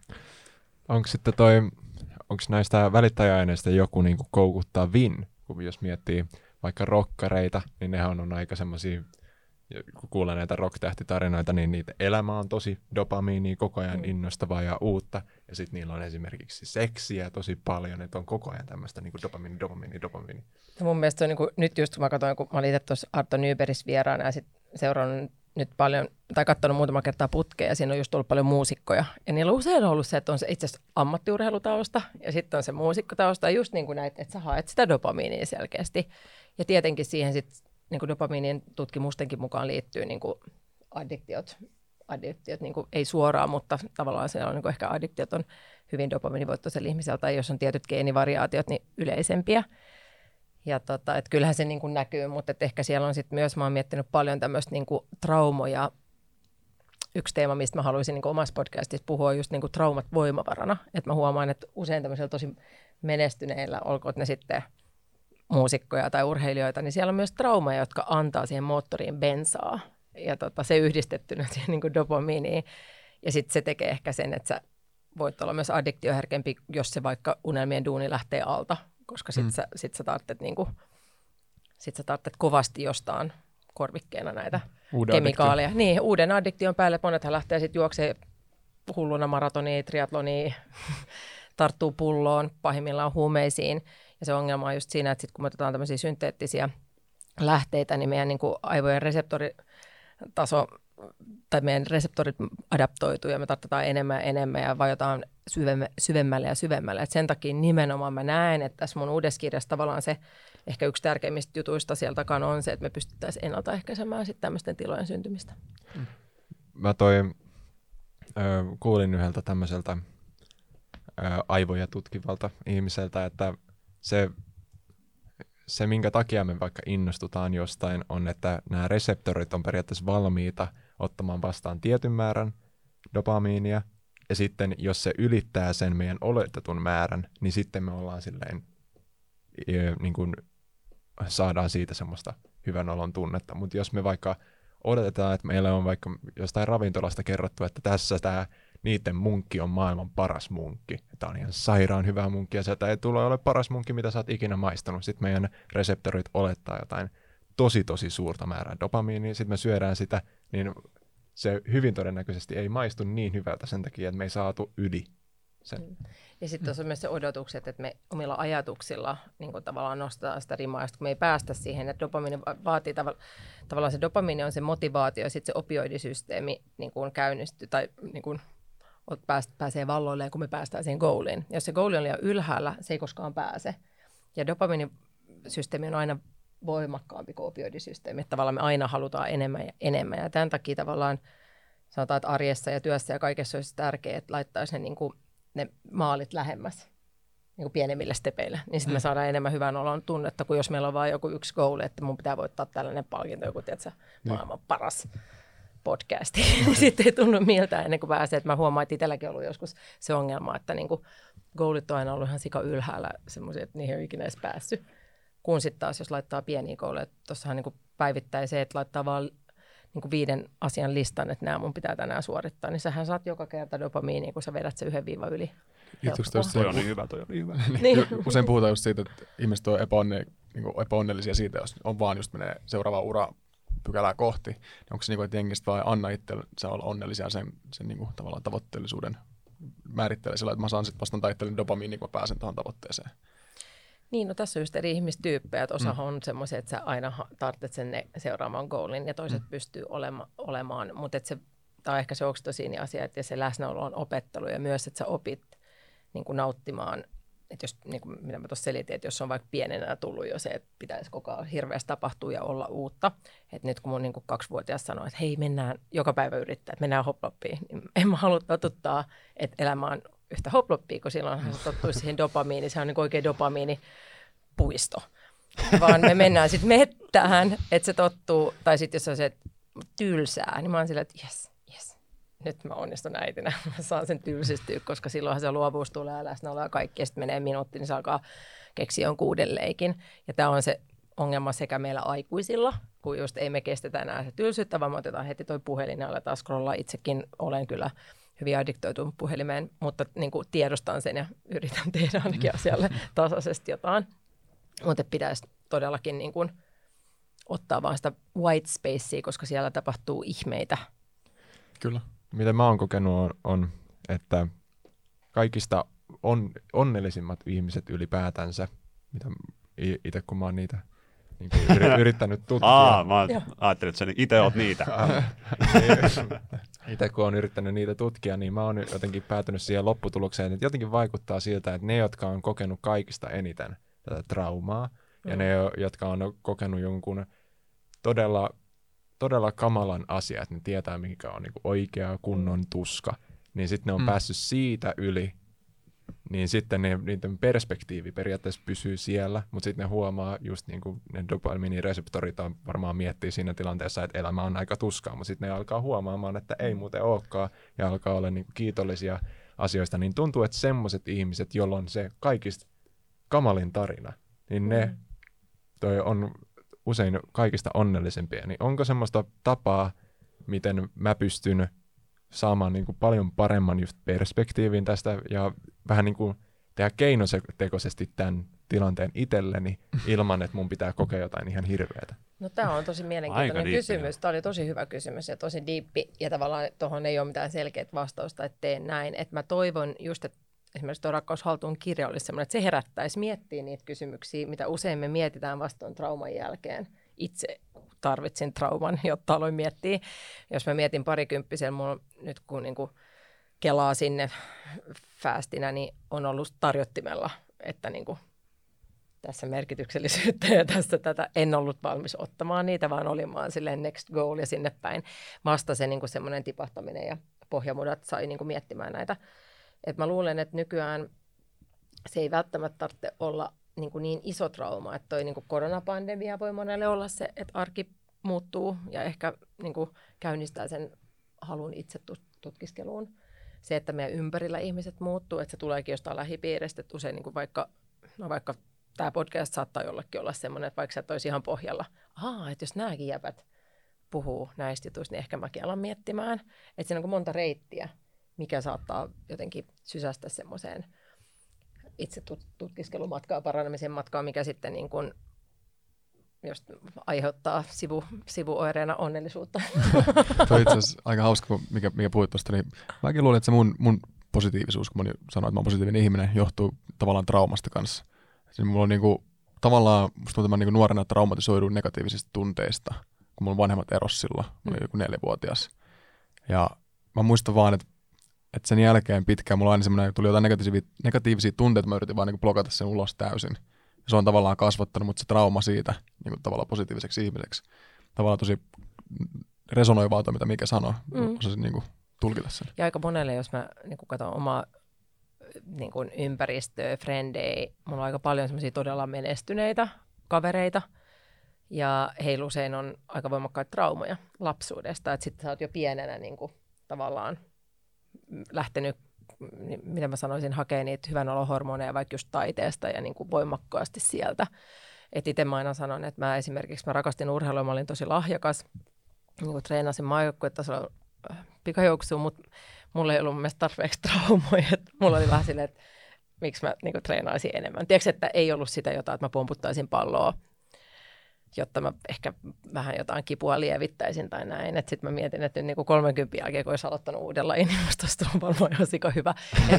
[SPEAKER 2] Onko sitten toi, onko näistä välittäjäaineista joku niin kuin koukuttavin, kun jos miettii vaikka rokkareita, niin nehän on aika semmoisia, kun kuulee näitä rock-tähtitarinoita, niin niitä elämä on tosi dopamiinia, koko ajan mm. innostavaa ja uutta. Ja sitten niillä on esimerkiksi seksiä tosi paljon, että on koko ajan tämmöistä niin kuin dopamiini, dopamiini, dopamiini.
[SPEAKER 3] Ja mun mielestä se on niin kuin, nyt just kun mä katsoin, kun mä olin itse tuossa Arto Nyberissä vieraana ja sitten seurannut nyt paljon, tai katsonut muutama kertaa putkea, ja siinä on just ollut paljon muusikkoja. Ja niillä on usein ollut se, että on se itse asiassa ammattiurheilutausta, ja sitten on se muusikkotausta, ja just niin kuin näitä, että sä haet sitä dopamiinia selkeästi. Ja tietenkin siihen sitten niin kuin dopamiinin tutkimustenkin mukaan liittyy niin kuin addiktiot. Addiktiot niin kuin ei suoraan, mutta tavallaan se on niin kuin ehkä addiktiot on hyvin dopamiinivoittoisella ihmisellä, tai jos on tietyt geenivariaatiot, niin yleisempiä. Ja tota, et kyllähän se niin kuin näkyy, mutta et ehkä siellä on sitten myös, mä oon miettinyt paljon tämmöistä niin kuin traumoja. Yksi teema, mistä mä haluaisin niin kuin omassa podcastissa puhua, on just niin kuin traumat voimavarana. Että mä huomaan, että usein tämmöisellä tosi menestyneillä, olkoot ne sitten muusikkoja tai urheilijoita, niin siellä on myös traumaja, jotka antaa siihen moottoriin bensaa. Ja tota, se yhdistettynä siihen niin kuin dopamiiniin. Ja sitten se tekee ehkä sen, että sä voit olla myös addiktioherkempi, jos se vaikka unelmien duuni lähtee alta. Koska sit, mm. sä, sit, sä tarvitset, niinku, sit sä tarvitset kovasti jostain korvikkeena näitä uuden kemikaaleja. Addiktio. Niin, uuden addiktion päälle. Monethan lähtee sitten juoksemaan hulluna maratonia, triatlonia, tarttuu pulloon, pahimmillaan huumeisiin. Ja se ongelma on just siinä, että sit kun me otetaan tämmöisiä synteettisiä lähteitä, niin meidän niinku aivojen reseptoritaso tai meidän reseptorit adaptoituu ja me tarvitaan enemmän ja enemmän ja vajotaan syvemmälle ja syvemmälle. Et sen takia nimenomaan mä näen, että tässä mun uudessa kirjassa tavallaan se ehkä yksi tärkeimmistä jutuista sieltä takana on se, että me pystyttäisiin ennaltaehkäisemään sitten tämmöisten tilojen syntymistä.
[SPEAKER 2] Mä toi, ö, kuulin yhdeltä tämmöiseltä ö, aivoja tutkivalta ihmiseltä, että se, se, minkä takia me vaikka innostutaan jostain, on, että nämä reseptorit on periaatteessa valmiita ottamaan vastaan tietyn määrän dopamiinia, ja sitten jos se ylittää sen meidän oletetun määrän, niin sitten me ollaan silleen, niin kuin saadaan siitä semmoista hyvän olon tunnetta. Mutta jos me vaikka odotetaan, että meillä on vaikka jostain ravintolasta kerrottu, että tässä tämä niiden munkki on maailman paras munkki. Tämä on ihan sairaan hyvä munkki, ja se ei tule ole paras munkki, mitä sä oot ikinä maistanut. Sitten meidän reseptorit olettaa jotain tosi tosi suurta määrää dopamiinia, sitten me syödään sitä, niin se hyvin todennäköisesti ei maistu niin hyvältä sen takia, että me ei saatu yli sen. Mm.
[SPEAKER 3] Ja sitten tuossa on myös se odotukset, että me omilla ajatuksilla niin kuin tavallaan nostetaan sitä rimaa, kun me ei päästä siihen, että dopamiini vaatii tav- tavallaan se dopamiini on se motivaatio, ja sitten se opioidisysteemi niin kuin käynnistyy tai niin kuin pääsee valloilleen, kun me päästään siihen goaliin. Jos se goali on liian ylhäällä, se ei koskaan pääse. Ja dopamiinisysteemi on aina voimakkaampi kuin opioidisysteemi, että tavallaan me aina halutaan enemmän ja enemmän. Ja tämän takia tavallaan sanotaan, että arjessa ja työssä ja kaikessa olisi tärkeää, että laittaisi ne, niin kuin, ne maalit lähemmäs niin kuin pienemmille stepeille. Niin sitten me saadaan enemmän hyvän olon tunnetta, kuin jos meillä on vain joku yksi goali, että mun pitää voittaa tällainen palkinto, joku tiedätkö, maailman paras podcasti. Sitten ei tunnu miltään ennen kuin pääsee. Että mä huomaan, että itselläkin on ollut joskus se ongelma, että niin kuin goolit on aina ollut ihan sika ylhäällä semmoisia, että niihin ei ole ikinä edes päässyt. Kun sitten taas, jos laittaa pieniä goaleja, tuossahan niin päivittäin se, että laittaa vaan niin kuin viiden asian listan, että nämä mun pitää tänään suorittaa, niin sähän saat joka kerta dopamiinia, kun sä vedät se yhden viivan yli.
[SPEAKER 1] Toi on niin hyvä, toi on niin hyvä.
[SPEAKER 4] niin. Usein puhutaan just siitä, että ihmiset on epäonne, niin epäonnellisia siitä, jos on vaan just menee seuraavaa ura pykälää kohti. Niin onko se niin kuin, että jengistä vaan anna itsellensä olla onnellisia sen, sen niin kuin, tavallaan tavoitteellisuuden määrittelee sillä, että mä saan sitten vastaan taittelin dopamiini, kun mä pääsen tuohon tavoitteeseen.
[SPEAKER 3] Niin, no tässä on just eri ihmistyyppejä, että osa mm. on semmoisia, että sä aina tarvitset sen seuraamaan goalin ja toiset mm. pystyy olema, olemaan, mutta se, tämä on ehkä se oksitosiini-asia, että se läsnäolo on opettelu ja myös, että sä opit niin kuin nauttimaan, että jos, niin kuin mitä mä tuossa selitin, että jos on vaikka pienenä tullut jo se, että pitäisi koko ajan hirveästi tapahtua ja olla uutta, että nyt kun mun niin kuin kaksivuotias sanoo, että hei mennään joka päivä yrittää, että mennään hoploppiin, niin en mä halua totuttaa, että elämä on yhtä hoploppia, kun silloinhan se tottuisi siihen dopamiiniin, se on niin oikein dopamiinipuisto, vaan me mennään sitten mettään, että se tottuu, tai sitten jos on se tylsää, niin mä oon silleen, että jes, jes, nyt mä onnistun äitinä, mä saan sen tylsistyä, koska silloinhan se luovuus tulee ja läsnäolo ja kaikki, ja sitten menee minuutti, niin se alkaa keksiä jonkun uuden leikin, ja tämä on se ongelma sekä meillä aikuisilla, kun just ei me kestetä enää se tylsyyttä, vaan me otetaan heti toi puhelin ja aletaan scrollaa. Itsekin olen kyllä hyvin addiktoitunut puhelimeen, mutta niin kuin tiedostan sen ja yritän tehdä ainakin asialle tasaisesti jotain. Mutta pitäisi todellakin niin kuin ottaa vaan sitä white spacea, koska siellä tapahtuu ihmeitä.
[SPEAKER 2] Kyllä. Mitä mä oon kokenut on, on että kaikista on, onnellisimmat ihmiset ylipäätänsä, mitä itse kun mä oon niitä niin kuin yrittänyt tutkia.
[SPEAKER 1] Aa, mä ajattelin, että sä itse oot niitä.
[SPEAKER 2] Itse kun oon yrittänyt niitä tutkia, niin mä oon jotenkin päätynyt siihen lopputulokseen, että jotenkin vaikuttaa siltä, että ne, jotka on kokenut kaikista eniten tätä traumaa, mm. ja ne, jotka on kokenut jonkun todella, todella kamalan asia, että ne tietää, mikä on niin kuin oikea kunnon tuska, niin sitten ne on mm. päässyt siitä yli, niin sitten ne, niiden perspektiivi periaatteessa pysyy siellä, mutta sitten ne huomaa just niin kuin ne dopamiinireseptorit on varmaan miettii siinä tilanteessa, että elämä on aika tuskaa, mutta sitten ne alkaa huomaamaan, että ei muuten olekaan ja alkaa olla niin kuin kiitollisia asioista, niin tuntuu, että semmoiset ihmiset, joilla on se kaikista kamalin tarina, niin ne mm. toi on usein kaikista onnellisempia. Niin onko semmoista tapaa, miten mä pystyn saamaan niin kuin paljon paremman just perspektiivin tästä ja vähän niin kuin tehdä keinotekoisesti tämän tilanteen itselleni ilman, että mun pitää kokea jotain ihan hirveätä?
[SPEAKER 3] No tämä on tosi mielenkiintoinen kysymys. Tämä oli tosi hyvä kysymys ja tosi diippi. Ja tavallaan tuohon ei ole mitään selkeää vastausta, että teen näin. Että mä toivon just, että esimerkiksi tuo Rakkaus haltuun -kirja olisi sellainen, että se herättäisi miettiä niitä kysymyksiä, mitä usein me mietitään vastoin trauman jälkeen. Itse tarvitsin trauman, jotta aloin miettiä. Jos mä mietin parikymppisen, mulla nyt kun niinku kelaa sinne fäästinä, niin on ollut tarjottimella, että niinku tässä merkityksellisyyttä ja tässä tätä en ollut valmis ottamaan niitä, vaan olin vaan silleen next goal ja sinne päin. Vasta se niinku semmoinen tipahtaminen ja pohjamudat sai niinku miettimään näitä. Et mä luulen, että nykyään se ei välttämättä tarvitse olla niin, kuin niin iso trauma, että toi niin kuin koronapandemia voi monelle olla se, että arki muuttuu ja ehkä niin kuin käynnistää sen halun itse tutkiskeluun. Se, että meidän ympärillä ihmiset muuttuu, että se tuleekin jostain lähipiiristä, että usein niin kuin vaikka, no vaikka tämä podcast saattaa jollekin olla semmoinen, että vaikka sä et olisi ihan pohjalla, aah, että jos nämäkin jäbät puhuu näistä jutuista, niin ehkä mäkin alan miettimään, että siinä on monta reittiä, mikä saattaa jotenkin sysästä semmoiseen itse tutkiskelumatkaa, paranemisen matkaa, mikä sitten niin kuin just aiheuttaa sivu, sivuoireena onnellisuutta.
[SPEAKER 4] Tuo itse asiassa aika hauska, mikä, mikä puhuit tuosta, niin mäkin luulen, että se mun, mun positiivisuus, kun mä sanoin, että mä oon positiivinen ihminen, johtuu tavallaan traumasta kanssa. Siis mulla on niinku, tavallaan, musta tuntuu, että mä niinku nuorena traumatisoiduin negatiivisista tunteista, kun mun vanhemmat eros silloin, mä olin joku neljävuotias. Ja mä muistan vaan, että että sen jälkeen pitkään mulla aina semmoinen, tuli jotain negatiivisia, negatiivisia tunteita, mä yritin vaan niin kuin blokata sen ulos täysin. Ja se on tavallaan kasvattanut, mutta se trauma siitä niin kuin tavallaan positiiviseksi ihmiseksi. Tavallaan tosi resonoivaa toi, mitä Mike sanoo. Mm. Osasin niin kuin tulkita sen.
[SPEAKER 3] Ja aika monelle, jos mä niin kuin katson omaa niin kuin ympäristöä, frendejä, mulla on aika paljon semmoisia todella menestyneitä kavereita. Ja heillä usein on aika voimakkaita traumoja lapsuudesta. Että sitten sä oot jo pienenä niin kuin, tavallaan lähtenyt, mitä mä sanoisin, hakemaan niitä hyvän olohormoneja vaikka just taiteesta ja niin kuin voimakkaasti sieltä. Että itse mä aina sanon, että mä esimerkiksi mä rakastin urheilua, mä olin tosi lahjakas. Niin kuin treenasin maajoukkuetasolla pikajouksua, mutta mulla ei ollut mun mielestä tarpeeksi traumoja. Mulla oli vähän silleen, että miksi mä niin kuin treenaisin enemmän. Tiedätkö, että ei ollut sitä jotain, että mä pomputtaisin palloa, jotta mä ehkä vähän jotain kipua lievittäisin tai näin. Että sitten mä mietin, että nyt niin kuin kolmekymmentä jälkeen, kun olisi aloittanut uuden lajin, niin musta olisi tullut varmaan ihan sika hyvä.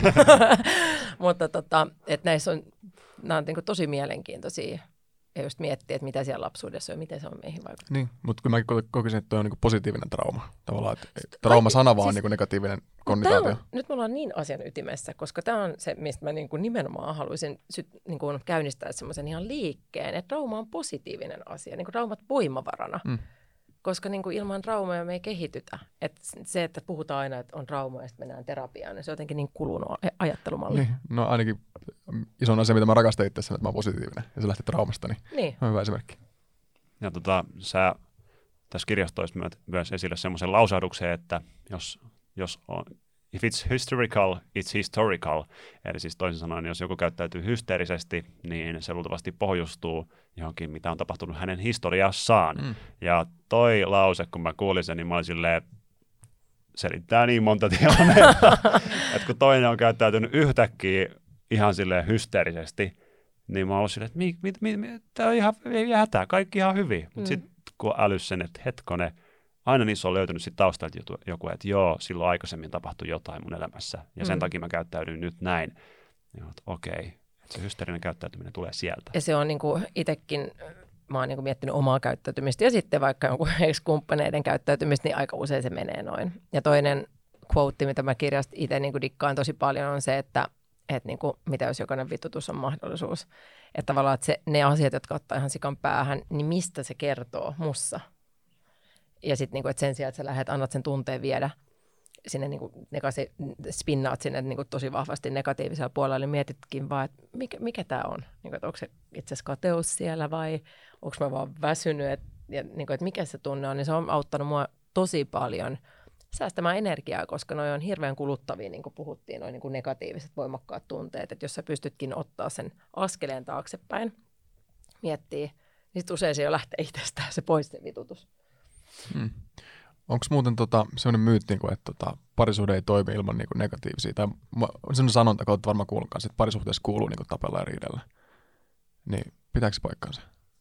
[SPEAKER 3] Mutta tota, että näissä on, nämä on niin kuin tosi mielenkiintoisia. Ja just miettiä, että mitä siellä lapsuudessa on ja miten se on meihin vaikuttanut.
[SPEAKER 4] Niin, mutta kyllä mäkin kokisin, että toi on niinku positiivinen trauma. Tavallaan, että trauma-sana vaan siis, on niinku negatiivinen konnotaatio.
[SPEAKER 3] On, nyt me ollaan niin asian ytimessä, koska tämä on se, mistä mä niinku nimenomaan haluaisin sy- niinku käynnistää semmoisen ihan liikkeen, että trauma on positiivinen asia, niinku traumat voimavarana. Mm. Koska niin kuin ilman traumaa me ei kehitytä. Et se, että puhutaan aina, että on trauma ja sitten mennään terapiaan, niin se on jotenkin niin kulunut ajattelumalli.
[SPEAKER 4] Niin, no ainakin iso asia, mitä mä rakastan itse, että mä oon positiivinen ja se lähti traumasta, niin, niin. on hyvä esimerkki.
[SPEAKER 1] Ja tota, sä tässä kirjassa toisit myös esille semmoisen lausahduksen, että jos, jos on, if it's historical, it's historical. Eli siis toisin sanoen, jos joku käyttäytyy hysteerisesti, niin se luultavasti pohjustuu johonkin, mitä on tapahtunut hänen historiassaan. Mm. Ja toi lause, kun mä kuulin sen, niin mä olin silleen, selittää niin monta tilannetta, että kun toinen on käyttäytynyt yhtäkkiä ihan silleen hysteerisesti, niin mä olin silleen, että mi, mi, mi, mi, tää on ihan, ei hätää, kaikki ihan hyvin. Mutta mm. sitten kun älys sen, että hetkone, aina niissä on löytynyt sit taustalta joku, että joo, silloin aikaisemmin tapahtui jotain mun elämässä, ja mm. sen takia mä käyttäydyn nyt näin. Ja että okei, että se hysteerinen käyttäytyminen tulee sieltä.
[SPEAKER 3] Ja se on niin kuin itsekin, mä oon niin kuin miettinyt omaa käyttäytymistä, ja sitten vaikka jonkun ex-kumppaneiden käyttäytymistä, niin aika usein se menee noin. Ja toinen quote, mitä mä kirjasta itse niin kuin dikkaan tosi paljon, on se, että että niin kuin, mitä jos jokainen vitutus on mahdollisuus. Että tavallaan että se, ne asiat, jotka ottaa ihan sikan päähän, niin mistä se kertoo mussa? Ja sitten niin sen sijaan, että sä lähdet, annat sen tunteen viedä sinne, niin kuin, negasi, spinnaat sinne niin kuin tosi vahvasti negatiivisella puolella, niin mietitkin vaan, että mikä, mikä tämä on? Niin kuin, että onko se itse asiassa kateus siellä vai onko mä vaan väsynyt? Et, ja, niin kuin, että mikä se tunne on, niin se on auttanut mua tosi paljon säästämään energiaa, koska noi on hirveän kuluttavia, niin kuin puhuttiin, noi niin kuin negatiiviset voimakkaat tunteet. Että jos sä pystytkin ottaa sen askeleen taaksepäin, miettii, niin sit usein se jo lähtee itsestään se pois se vitutus.
[SPEAKER 4] Hmm. Onko muuten tota, sellainen myytti, että tota, parisuhde ei toimi ilman niinku negatiivisia? Tai sellainen sanonta, kun olet varmaan kuullut kanssa, että parisuhteessa kuuluu niinku tapella ja riidellä. Niin pitääkö se paikkansa?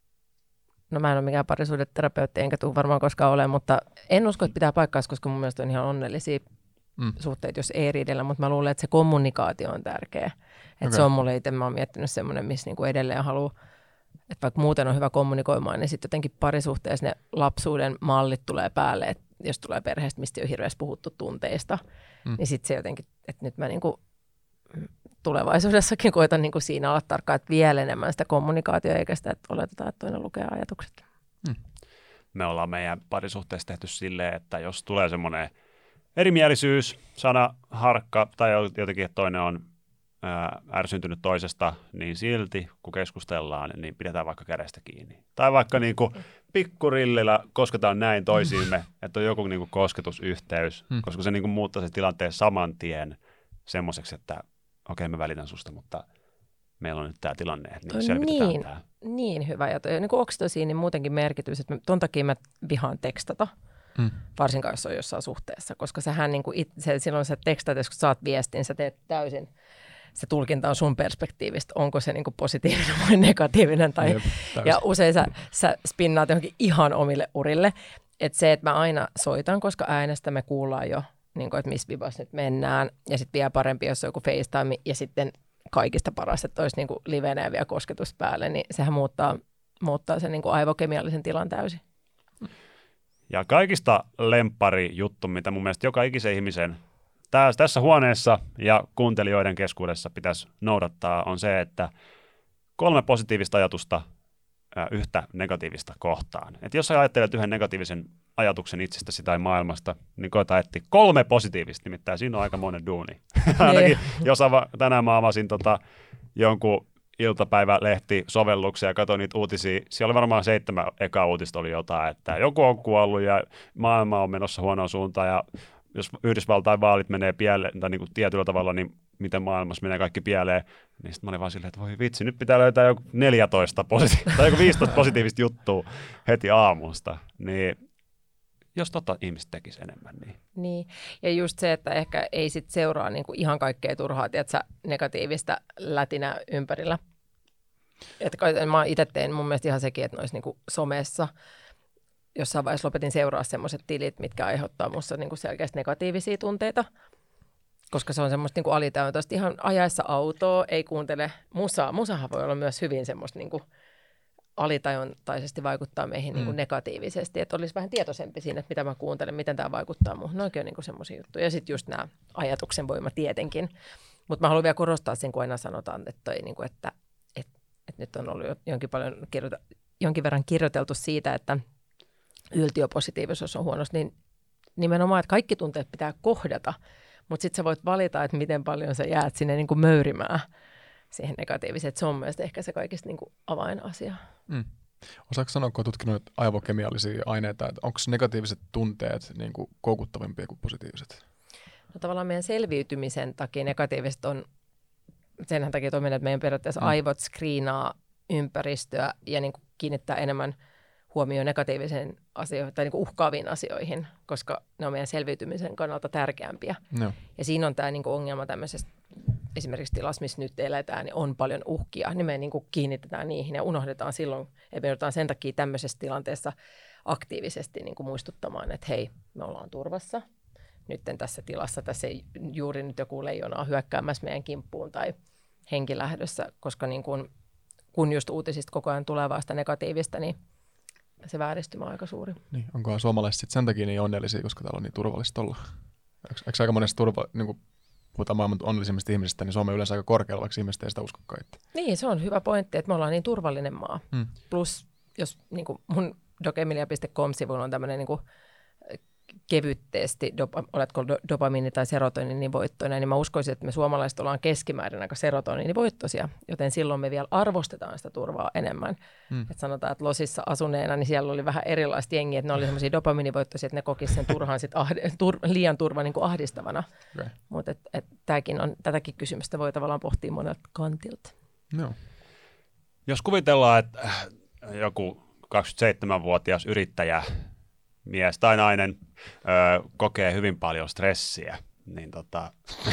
[SPEAKER 3] No mä en ole mikään parisuhdeterapeutti, enkä tule varmaan koskaan ole, mutta en usko, että pitää paikkaansa, koska mun mielestä on ihan onnellisia mm. suhteita, jos ei riidellä, mutta mä luulen, että se kommunikaatio on tärkeä. Että okay. Se on mulle itse, mä oon miettinyt semmoinen, missä niinku edelleen haluaa, että vaikka muuten on hyvä kommunikoimaan, niin sitten jotenkin parisuhteessa ne lapsuuden mallit tulee päälle, että jos tulee perheestä, mistä on hirveästi puhuttu tunteista, mm. niin sitten se jotenkin, että nyt mä niinku tulevaisuudessakin koitan niin kuin siinä olla tarkkaan, että vielä enemmän sitä kommunikaatiota, eikä sitä, että oletetaan, että toinen lukee ajatukset.
[SPEAKER 1] Hmm. Me ollaan meidän parisuhteessa tehty silleen, että jos tulee semmoinen erimielisyys, sana, harkka tai jotenkin, että toinen on ää, ärsyntynyt toisesta, niin silti, kun keskustellaan, niin pidetään vaikka kädestä kiinni. Tai vaikka niin kuin pikkurillillä kosketaan näin toisiimme, että on joku niin kuin kosketusyhteys, hmm. koska se niin kuin muuttaa se tilanteen saman tien semmoiseksi, että okei, mä välitän susta, mutta meillä on nyt tämä tilanne, että niin selvitetään
[SPEAKER 3] niin,
[SPEAKER 1] tämä. Niin
[SPEAKER 3] hyvä. Ja toi, niin kuin oksitosiinin muutenkin merkitys, että ton takia mä vihaan tekstata, mm. varsinkaan jos on jossain suhteessa, koska sähän niin kuin itse, silloin sä tekstat, jos saat viestin, sä teet täysin, se tulkinta on sun perspektiivistä, onko se niin kuin positiivinen vai negatiivinen. Tai, Jep, ja usein sä, sä spinnaat johonkin ihan omille urille. Että se, että mä aina soitan, koska äänestä me kuullaan jo, niin kuin, että missä vibassa nyt mennään, ja sitten vielä parempi, jos on joku FaceTime, ja sitten kaikista paras, että olisi niin kuin livenä ja vielä kosketus päälle, niin sehän muuttaa, muuttaa sen niin kuin aivokemiallisen tilan täysin.
[SPEAKER 1] Ja kaikista lemppari juttu, mitä mun mielestä joka ikisen ihmisen täs, tässä huoneessa ja kuuntelijoiden keskuudessa pitäisi noudattaa, on se, että kolme positiivista ajatusta ää, yhtä negatiivista kohtaan. Et jos sä ajattelet yhden negatiivisen ajatuksen itsestäsi tai maailmasta, niin koeta etsiä kolme positiivista, nimittäin siinä on aikamoinen duuni. Ainakin jos ava, tänään mä avasin tota, jonkun iltapäivälehti-sovelluksia ja katsoin niitä uutisia, siellä oli varmaan seitsemän eka uutista oli jotain, että joku on kuollut ja maailma on menossa huonoon suuntaan ja jos Yhdysvaltain vaalit menee pieleen, tai niin kuin tietyllä tavalla, niin miten maailmassa menee kaikki pieleen, niin sitten mä olin vaan silleen, että voi vitsi, nyt pitää löytää joku neljätoista positi- tai joku viisitoista positiivista juttua heti aamusta, niin jos tota ihmiset tekisi enemmän. Niin.
[SPEAKER 3] Niin, ja just se, että ehkä ei sit seuraa niinku ihan kaikkea turhaa, tiedätkö, negatiivista lätinä ympärillä. Että mä itse tein mun mielestä ihan sekin, että noissa niinku somessa jossain vaiheessa lopetin seuraa semmoiset tilit, mitkä aiheuttaa musta niinku selkeästi negatiivisia tunteita, koska se on semmoista niinku alitäytöstä ihan ajaessa autoa, ei kuuntele musaa. Musahan voi olla myös hyvin semmoista niinku alitajuntaisesti vaikuttaa meihin mm. niin kuin negatiivisesti, että olisi vähän tietoisempi siinä, että mitä mä kuuntelen, miten tämä vaikuttaa muuhun. No oikein niin kuin semmoisia juttuja. Ja sitten just nämä ajatuksen voima tietenkin. Mutta mä haluan vielä korostaa sen, kun aina sanotaan, että, toi, niin kuin, että, että, että nyt on ollut jonkin, paljon kirjoita, jonkin verran kirjoiteltu siitä, että yltiöpositiivisuus on huonosti, niin nimenomaan, että kaikki tunteet pitää kohdata, mutta sitten sä voit valita, että miten paljon sä jäät sinne niin kuin möyrimään siihen negatiiviseen. Että se on mielestäni ehkä se kaikista niin kuin avainasia. Mm.
[SPEAKER 4] Osaatko sanoa, kun olet tutkinut aivokemiallisia aineita, että onko negatiiviset tunteet niin kuin koukuttavampia kuin positiiviset? No
[SPEAKER 3] tavallaan meidän selviytymisen takia negatiiviset on, senhän takia toimii, että meidän periaatteessa mm. aivot screenaa ympäristöä ja niin kuin kiinnittää enemmän huomioon negatiivisiin asioihin tai niin kuin uhkaaviin asioihin, koska ne on meidän selviytymisen kannalta tärkeämpiä. No. Ja siinä on tämä niin kuin ongelma tämmöisestä esimerkiksi tilassa, missä nyt eletään, niin on paljon uhkia, niin me niin kuin kiinnitetään niihin ja unohdetaan silloin, että me joudutaan sen takia tämmöisessä tilanteessa aktiivisesti niin kuin muistuttamaan, että hei, me ollaan turvassa. Nyt tässä tilassa, tässä ei juuri nyt joku leijona on hyökkäämässä meidän kimppuun tai henkilähdössä, koska niin kuin, kun just uutisista koko ajan tulee vasta negatiivista, niin se vääristymä on aika suuri.
[SPEAKER 4] Niin, onkohan suomalaiset sitten sen takia niin onnellisia, koska täällä on niin turvallista olla? Eikö, eikö aika monesta turva, niin kuin puhutaan maailman onnellisimmista ihmisistä, niin Suomi on yleensä aika korkealla, vaikka ihmiset ei sitä uskokaan.
[SPEAKER 3] Niin, se on hyvä pointti, että me ollaan niin turvallinen maa. Hmm. Plus, jos niin kuin mun dokemilia piste com-sivulla on tämmöinen niin kuin kevytteesti, dopa, oletko dopamiini- tai serotoniinivoittoinen, niin mä uskoisin, että me suomalaiset ollaan keskimäärin aika serotoniinivoittoisia, joten silloin me vielä arvostetaan sitä turvaa enemmän. Hmm. Että sanotaan, että Losissa asuneena, niin siellä oli vähän erilaista jengiä, että ne oli semmoisia dopamiinivoittoisia, että ne kokisivat sen turhan sit ahdi, tur, liian turvan niin kuin ahdistavana. Okay. Mutta et, et, tämäkin on, tätäkin kysymystä voi tavallaan pohtia monelta kantilta.
[SPEAKER 4] No.
[SPEAKER 1] Jos kuvitellaan, että joku kaksikymmentäseitsemänvuotias yrittäjä, mies tai nainen ö, kokee hyvin paljon stressiä, niin tota...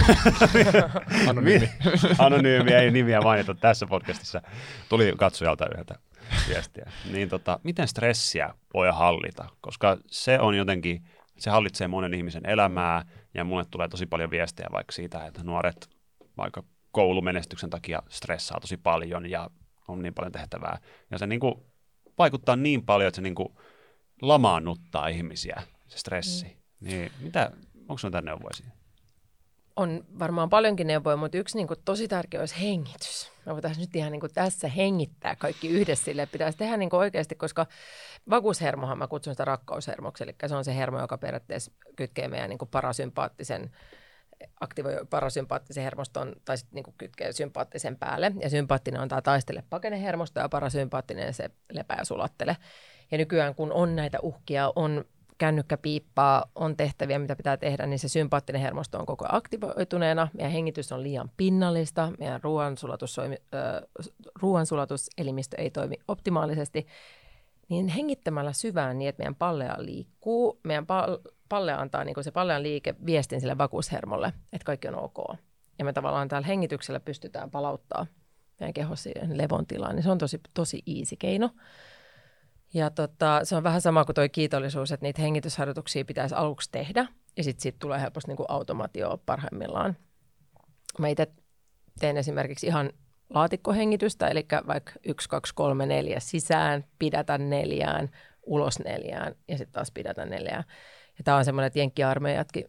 [SPEAKER 4] Anonyymi.
[SPEAKER 1] Anonyymi, ei nimiä mainita tässä podcastissa. Tuli katsojalta yhdeltä viestiä. Niin tota, miten stressiä voi hallita? Koska se on jotenkin, se hallitsee monen ihmisen elämää, ja mulle tulee tosi paljon viestejä vaikka siitä, että nuoret vaikka koulumenestyksen takia stressaa tosi paljon, ja on niin paljon tehtävää. Ja se niinku vaikuttaa niin paljon, että se niinku lamaannuttaa ihmisiä, se stressi. Mm. Niin mitä, onko sinulla neuvoja siihen?
[SPEAKER 3] On varmaan paljonkin neuvoja, mutta yksi niin kuin, tosi tärkeä olisi hengitys. Me voitaisiin nyt ihan niin kuin, tässä hengittää kaikki yhdessä sille, että pitäisi tehdä niin kuin, oikeasti, koska vakuushermohan, mä kutsun sitä rakkaushermoksi, eli se on se hermo, joka periaatteessa kytkee meidän niin kuin, parasympaattisen, aktivoi parasympaattisen hermoston tai sitten niin kuin, kytkee sympaattisen päälle. Ja sympaattinen on tämä taistele pakene hermosto ja parasympaattinen se lepää ja sulattele. Ja nykyään, kun on näitä uhkia, on kännykkä piippaa, on tehtäviä, mitä pitää tehdä, niin se sympaattinen hermosto on koko ajan aktivoituneena. Meidän hengitys on liian pinnallista, meidän ruoansulatus, äh, ruoansulatuselimistö ei toimi optimaalisesti. Niin hengittämällä syvään niin, että meidän pallea liikkuu, meidän pallea antaa niin kuin se pallean liike viestin sille vakuushermolle, että kaikki on ok. Ja me tavallaan täällä hengityksellä pystytään palauttaa meidän keho siihen levon tilaan, niin se on tosi, tosi easy keino. Ja tota, se on vähän sama kuin tuo kiitollisuus, että niitä hengitysharjoituksia pitäisi aluksi tehdä, ja sitten siitä tulee helposti niin kuin automaatio parhaimmillaan. Mä itse teen esimerkiksi ihan laatikkohengitystä, eli vaikka yksi, kaksi, kolme, neljä sisään, pidätä neljään, ulos neljään, ja sitten taas pidätä neljään. Ja tämä on semmoinen, että jenkkiarmeijatkin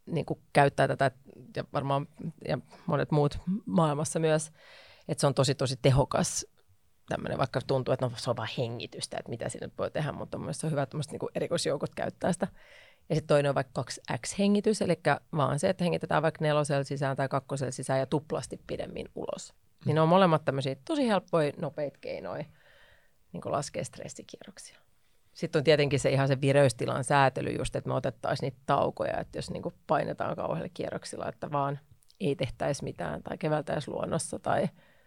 [SPEAKER 3] niin kuin käyttää tätä, ja varmaan ja monet muut maailmassa myös, että se on tosi tosi tehokas tämmöinen, vaikka tuntuu, että no, se on vaan hengitystä, että mitä siinä voi tehdä, mutta mun mielestä se on hyvä, että niin kuin erikoisjoukot käyttää sitä. Ja sitten toinen on vaikka kaksi X-hengitys, eli vaan se, että hengitetään vaikka nelosella sisään tai kakkosella sisään ja tuplasti pidemmin ulos. Mm. Niin ne on molemmat tämmöisiä tosi helppoja, nopeita keinoja niin kuin laskea stressikierroksia. Sitten on tietenkin se ihan se vireystilan säätely just, että me otettaisiin niitä taukoja, että jos niin kuin painetaan kauhealla kierroksilla, että vaan ei tehtäisi mitään tai keveltäisi luonnossa tai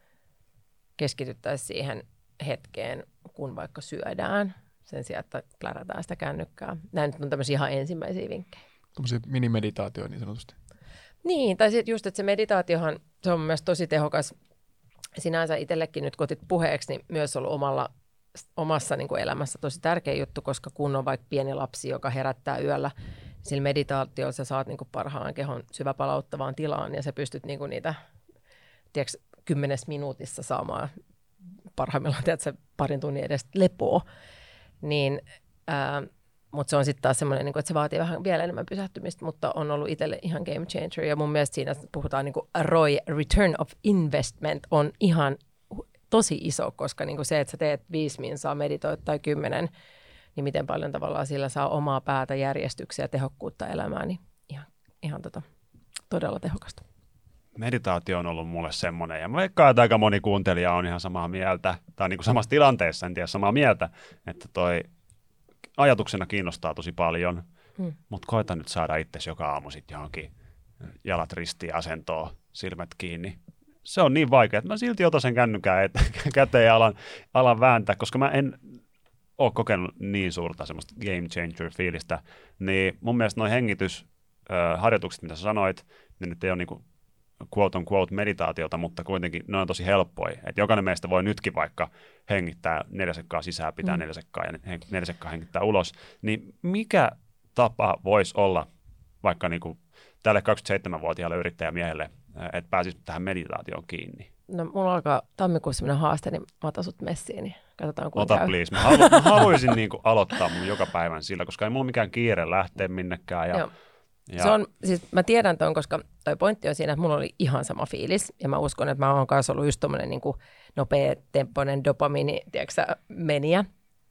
[SPEAKER 3] keskityttäisiin siihen hetkeen, kun vaikka syödään sen sijaan, että plärätään sitä kännykkää. Nämä nyt on tämmöisiä ihan ensimmäisiä vinkkejä.
[SPEAKER 4] Tämmöisiä minimeditaatioita niin sanotusti.
[SPEAKER 3] Niin, tai sitten just, että se meditaatiohan, se on myös tosi tehokas. Sinänsä itsellekin nyt kotit puheeksi, niin myös ollut omalla, omassa niin kuin elämässä tosi tärkeä juttu, koska kun on vaikka pieni lapsi, joka herättää yöllä, sillä meditaatiolla sä saat niin kuin parhaan kehon syväpalauttavaan tilaan ja sä pystyt niin kuin niitä, tiedätkö, kymmenes minuutissa saamaan parhaimmillaan, tiedätkö, parin tunnin edestä lepoa. Niin, ää, mutta se on sitten taas semmoinen, että se vaatii vähän vielä enemmän pysähtymistä, mutta on ollut itselle ihan game changer. Ja mun mielestä siinä puhutaan niin kuin R O I, Return of Investment, on ihan tosi iso, koska niin kuin se, että sä teet viisi minsaa, meditoit tai kymmenen, niin miten paljon tavallaan sillä saa omaa päätä, järjestyksiä ja tehokkuutta elämään, niin ihan, ihan tota, todella tehokasta.
[SPEAKER 1] Meditaatio on ollut mulle semmoinen, ja mä veikkaan, että aika moni kuuntelija on ihan samaa mieltä, tai niin kuin samassa tilanteessa, en tiedä samaa mieltä, että toi ajatuksena kiinnostaa tosi paljon, hmm. mutta koita nyt saada itsesi joka aamu sitten johonkin jalat ristiin asentoon, silmät kiinni. Se on niin vaikea, että mä silti otan sen kännykään käteen ja alan, alan vääntää, koska mä en ole kokenut niin suurta semmoista game changer fiilistä, niin mun mielestä noi hengitysharjoitukset, mitä sä sanoit, niin nyt ei ole niinku quote on quote meditaatiota, mutta kuitenkin ne on tosi helppoja. Et jokainen meistä voi nytkin vaikka hengittää neljä sekkaa sisään, pitää mm. neljä sekkaa ja neljä sekkaa hengittää ulos. Niin mikä tapa voisi olla vaikka niinku tälle kaksikymmentäseitsemänvuotiaalle yrittäjämiehelle, että pääsisi tähän meditaatioon kiinni?
[SPEAKER 3] No mulla alkaa tammikuussa sellainen haaste, niin mä otan sut messiin, niin katsotaan kuinka
[SPEAKER 1] Ota
[SPEAKER 3] käy.
[SPEAKER 1] please. Mä, halu, mä haluaisin niinku aloittaa mun joka päivän sillä, koska ei mulla mikään kiire lähteä minnekään. Ja, ja...
[SPEAKER 3] Se on, siis mä tiedän ton, koska toi pointti on siinä, että mulla oli ihan sama fiilis. Ja mä uskon, että mä oon kanssa ollut just tommonen niin kuin nopea tempoinen dopamiini, tiedätkö meniä.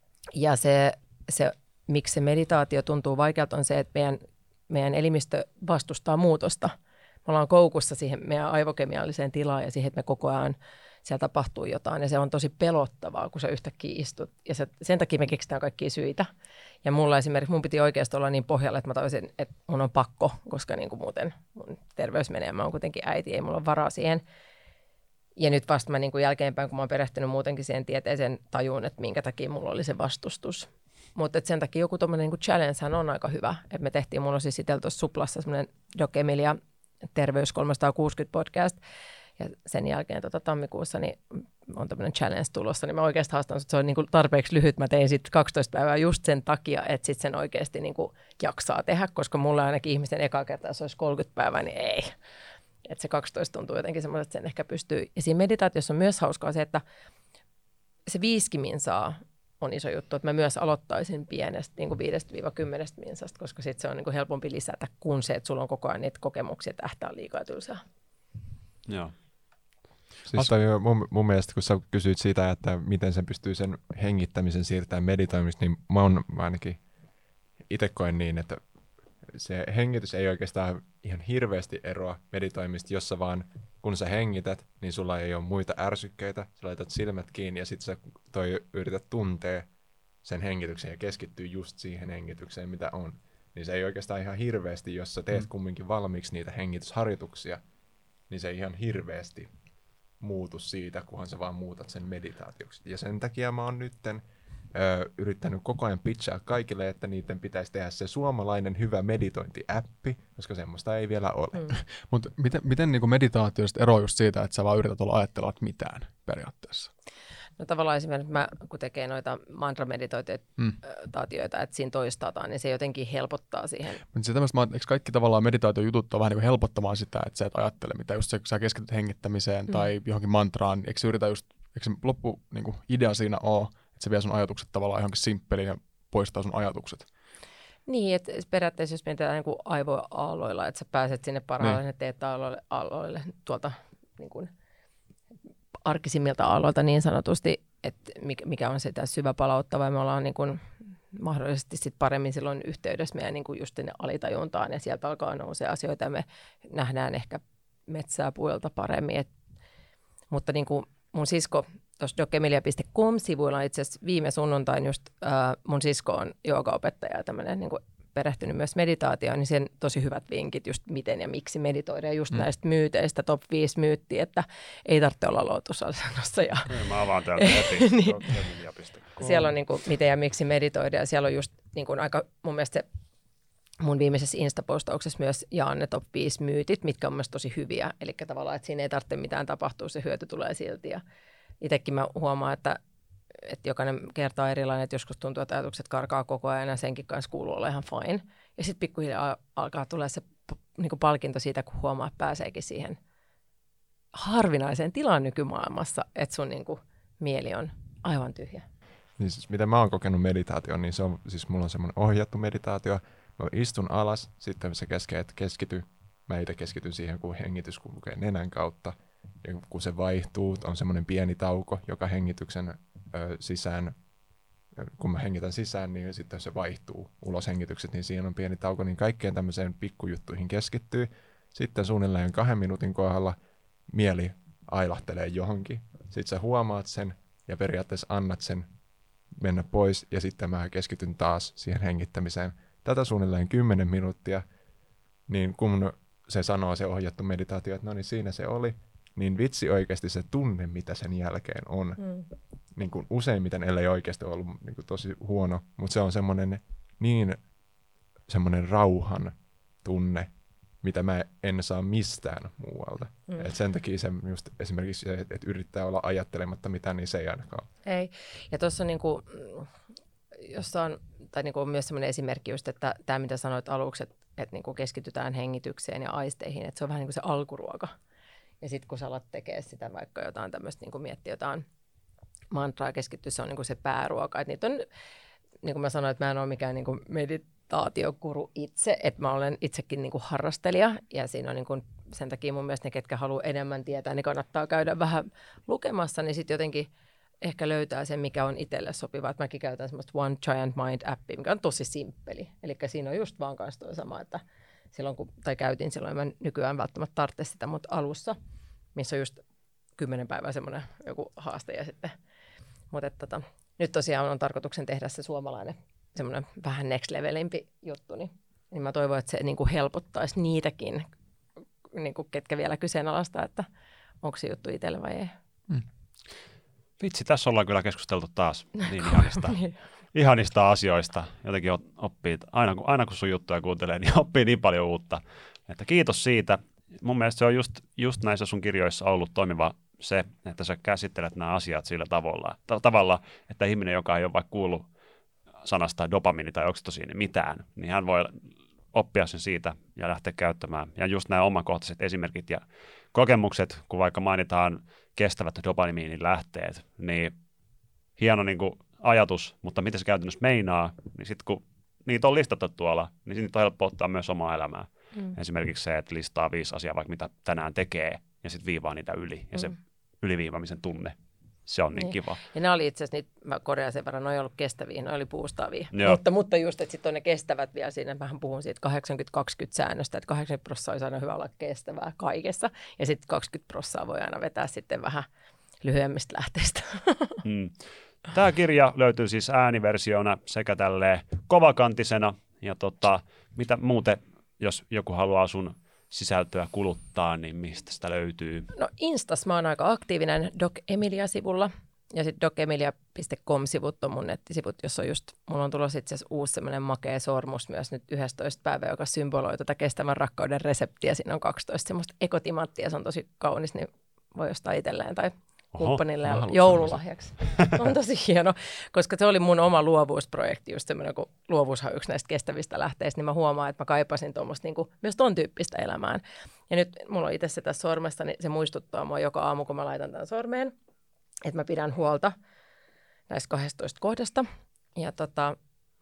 [SPEAKER 3] Ja se, se, miksi se meditaatio tuntuu vaikealta, on se, että meidän, meidän elimistö vastustaa muutosta. Me ollaan koukussa siihen meidän aivokemialliseen tilaan ja siihen, että me koko ajan siellä tapahtuu jotain. Ja se on tosi pelottavaa, kun sä yhtäkkiä istut. Ja se, sen takia me keksitään kaikkia syitä. Ja mulla esimerkiksi, mun piti oikeasti olla niin pohjalla, että mä tajusin, että mun on pakko, koska niin kuin muuten mun terveys menee. Mä oon kuitenkin äiti, ei mulla ole varaa siihen. Ja nyt vasta mä niin kuin jälkeenpäin, kun mä oon perehtynyt muutenkin siihen tieteeseen tajuun, että minkä takia mulla oli se vastustus. Mutta sen takia joku tommoinen niin challenge on aika hyvä. Että me tehtiin, mulla on siis itsellä tuossa Suplassa semmoinen Doc Emilia Terveys kolmesataakuusikymmentä podcast. Ja sen jälkeen tota, tammikuussa niin on tämmöinen challenge tulossa, niin mä oikeasti haastan, että se on niin kuin tarpeeksi lyhyt. Mä tein sitten kaksitoista päivää just sen takia, että sitten sen oikeasti niin kuin jaksaa tehdä, koska mulle ainakin ihmisen eka kertaa, jos olisi kolmekymmentä päivää, niin ei. Että se kaksitoista tuntuu jotenkin semmoista, että sen ehkä pystyy. Ja siinä meditaatiossa on myös hauskaa se, että se viisikin minsaa on iso juttu, että mä myös aloittaisin pienestä, niin kuin viidestä kymmenestä minsasta, koska sitten se on niin kuin helpompi lisätä kuin se, että sulla on koko ajan niitä kokemuksia, että ähtää on liikaa tylsää.
[SPEAKER 1] Joo.
[SPEAKER 2] Siis toi, mun, mun mielestä, kun sä kysyit siitä, että miten sen pystyy sen hengittämisen siirtämään meditoimista, niin mä, on, mä ainakin itse koen niin, että se hengitys ei oikeastaan ihan hirveästi eroa meditoimista, jossa vaan kun sä hengität, niin sulla ei ole muita ärsykkeitä, sä laitat silmät kiinni ja sitten sä toi yrität tuntea sen hengityksen ja keskittyä just siihen hengitykseen, mitä on. Niin se ei oikeastaan ihan hirveästi, jos sä teet mm. kumminkin valmiiksi niitä hengitysharjoituksia, niin se ei ihan hirveästi muutu siitä, kunhan sä vaan muutat sen meditaatioksi. Ja sen takia mä oon nytten ö, yrittänyt koko ajan pitchaa kaikille, että niiden pitäisi tehdä se suomalainen hyvä meditointi-appi, koska semmoista ei vielä ole. Mm.
[SPEAKER 4] Mutta miten, miten niin meditaatiosta eroaa just siitä, että sä vaan yrität olla ajattelevat mitään periaatteessa?
[SPEAKER 3] No tavallaan esimerkiksi mä, kun tekee noita mantra-meditaatioita, mm. että siinä toistetaan, niin se jotenkin helpottaa siihen.
[SPEAKER 4] Mutta se tämmöistä, eikö kaikki tavallaan meditaatiojutut on vähän niin kuin helpottamaan sitä, että sä et ajattele mitä, just se, kun sä keskityt hengittämiseen mm. tai johonkin mantraan, eikö se yritä just, eikö se loppu niin idea siinä ole, että se vie sun ajatukset tavallaan johonkin simppeliin ja poistaa sun ajatukset?
[SPEAKER 3] Niin, että periaatteessa jos mietitään niin kuin aivoaalloilla, että sä pääset sinne parhaalle niin. teetta-aalloille tuolta niin kuin arkisimmilta aalloilta niin sanotusti, että mikä on sitä syväpalauttava, ja me ollaan niin kuin mahdollisesti sit paremmin silloin yhteydessä meidän niin kuin just sinne alitajuntaan, ja sieltä alkaa nousea asioita, ja me nähdään ehkä metsää puilta paremmin. Et, mutta niin kuin mun sisko tuossa dokemilia piste com-sivuilla itse asiassa viime sunnuntain just äh, mun sisko on joogaopettaja ja tämmöinen niin kuin perehtynyt myös meditaatioon, niin sen tosi hyvät vinkit just miten ja miksi meditoida, ja just mm. näistä myyteistä, top viisi myyttiä, että ei tarvitse olla lootusasennossa. Ja
[SPEAKER 1] niin, mä avaan täältä heti.
[SPEAKER 3] niin, siellä on niin kuin, miten ja miksi meditoida, ja siellä on just niin kuin aika mun mielestä se mun viimeisessä Insta-postauksessa myös jaan ne top viisi myytit, mitkä on myös tosi hyviä, eli tavallaan, että siinä ei tarvitse mitään tapahtua, se hyöty tulee silti, ja itsekin mä huomaan, että että jokainen kerta on erilainen, että joskus tuntuu, että ajatukset karkaa koko ajan ja senkin kanssa kuuluu olla ihan fine. Ja sitten pikkuhiljaa alkaa tulla se niin kuin palkinto siitä, kun huomaa, että pääseekin siihen harvinaiseen tilaan nykymaailmassa, että sun niin kuin mieli on aivan tyhjä.
[SPEAKER 2] Niin siis, miten mä oon kokenut meditaation, niin se on, siis mulla on semmoinen ohjattu meditaatio. Mä istun alas, sitten se keskee, että keskity. Mä itse keskityn siihen, kun hengitys kulkee nenän kautta. Ja kun se vaihtuu, on semmoinen pieni tauko, joka hengityksen ö, sisään, kun mä hengitän sisään, niin sitten se vaihtuu ulos hengitykset, niin siinä on pieni tauko, niin kaikkeen tämmöiseen pikkujuttuihin keskittyy. Sitten suunnilleen kahden minuutin kohdalla mieli ailahtelee johonkin. Sitten sä huomaat sen ja periaatteessa annat sen mennä pois, ja sitten mä keskityn taas siihen hengittämiseen. Tätä suunnilleen kymmenen minuuttia, niin kun se sanoo se ohjattu meditaatio, että no niin siinä se oli, niin vitsi oikeasti se tunne, mitä sen jälkeen on. Mm. Niin kuin useimmiten, ellei oikeasti ollut niin kuin tosi huono, mutta se on semmoinen niin semmoinen rauhan tunne, mitä mä en saa mistään muualta. Mm. Et sen takia se just esimerkiksi, että et yrittää olla ajattelematta mitään, niin se ei ainakaan.
[SPEAKER 3] Ei. Ja tuossa niinku, jossa on, tai niinku on myös semmoinen esimerkki just, että tämä mitä sanoit aluksi, että et niinku keskitytään hengitykseen ja aisteihin, että se on vähän niin kuin se alkuruoka. Ja sitten kun sä alat tekee sitä vaikka jotain tämmöistä, niin kuin miettiä jotain mantraa keskittyä, se on niin kuin se pääruoka. Et niitä on, niin kuin mä sanoin, että mä en ole mikään niin kuin meditaatiokuru itse, että mä olen itsekin niin kuin harrastelija. Ja siinä on niin kuin, sen takia mun mielestä ne, ketkä haluaa enemmän tietää, niin kannattaa käydä vähän lukemassa, niin sitten jotenkin ehkä löytää sen, mikä on itselle sopiva. Et mäkin käytän semmoista One Giant Mind-appia, mikä on tosi simppeli. Eli siinä on just vaan kanssa tuo sama, että silloin kun, tai käytin silloin, mä nykyään välttämättä tarvitse sitä, mutta alussa, missä on just kymmenen päivää semmoinen joku haaste ja sitten, mutta tota, nyt tosiaan on tarkoituksen tehdä se suomalainen semmoinen vähän next levelimpi juttu, niin, niin mä toivon, että se niin kuin helpottaisi niitäkin, niin kuin ketkä vielä kyseenalaistaa, että onko se juttu itselle vai ei. Mm.
[SPEAKER 1] Vitsi, tässä ollaan kyllä keskusteltu taas niin ihanista. niin. Ihanista asioista. Jotenkin oppii, aina kun, aina kun sun juttuja kuuntelee, niin oppii niin paljon uutta. Että kiitos siitä. Mun mielestä se on just, just näissä sun kirjoissa ollut toimiva se, että sä käsittelet nämä asiat sillä tavalla, ta- tavalla, että ihminen, joka ei ole vaikka kuullut sanasta dopamiini tai oksitosiini mitään, niin hän voi oppia sen siitä ja lähteä käyttämään. Ja just nämä omakohtaiset esimerkit ja kokemukset, kun vaikka mainitaan kestävät dopamiinin lähteet, niin hieno niin kuin ajatus, mutta mitä se käytännössä meinaa, niin sitten kun niitä on listattu tuolla, niin niitä on helppo ottaa myös omaa elämää. Mm. Esimerkiksi se, että listaa viisi asiaa, vaikka mitä tänään tekee, ja sitten viivaa niitä yli, ja mm. se yliviivaamisen tunne, se on niin, niin kiva.
[SPEAKER 3] Ja nämä oli itse asiassa, niitä, mä korjaan sen verran, ne oli ollut kestäviä, ne oli puustavia. Mutta, mutta just, että sitten on ne kestävät vielä siinä, mähän puhun siitä kahdeksankymmentä kaksikymmentä säännöstä, että kahdeksankymmentä prosenttia olisi aina hyvä olla kestävää kaikessa, ja sitten kaksikymmentä prosenttia voi aina vetää sitten vähän lyhyemmistä lähteistä.
[SPEAKER 1] Mm. Tämä kirja löytyy siis ääniversiona sekä tälleen kovakantisena, ja tota, mitä muuten, jos joku haluaa sun sisältöä kuluttaa, niin mistä sitä löytyy?
[SPEAKER 3] No Instas mä oon aika aktiivinen Doc Emilia-sivulla, ja sitten doc emilia piste com-sivut on mun nettisivut, jossa on just, mulla on tulossa itse asiassa uusi semmoinen makea sormus myös nyt yhdestoista päivä, joka symboloi tätä kestävän rakkauden reseptiä. Siinä on kaksitoista semmoista ekotimanttia, se on tosi kaunis, niin voi ostaa itselleen tai kumppanille ja joululahjaksi. On tosi hieno, koska se oli mun oma luovuusprojekti, just semmoinen, kun luovuushan on yksi näistä kestävistä lähteistä, niin mä huomaan, että mä kaipasin tuommoista niin kuin, myös ton tyyppistä elämään. Ja nyt mulla on itse se tässä sormessa, niin se muistuttaa mua joka aamu, kun mä laitan tämän sormeen, että mä pidän huolta näistä kahdestatoista kohdasta. Ja tota,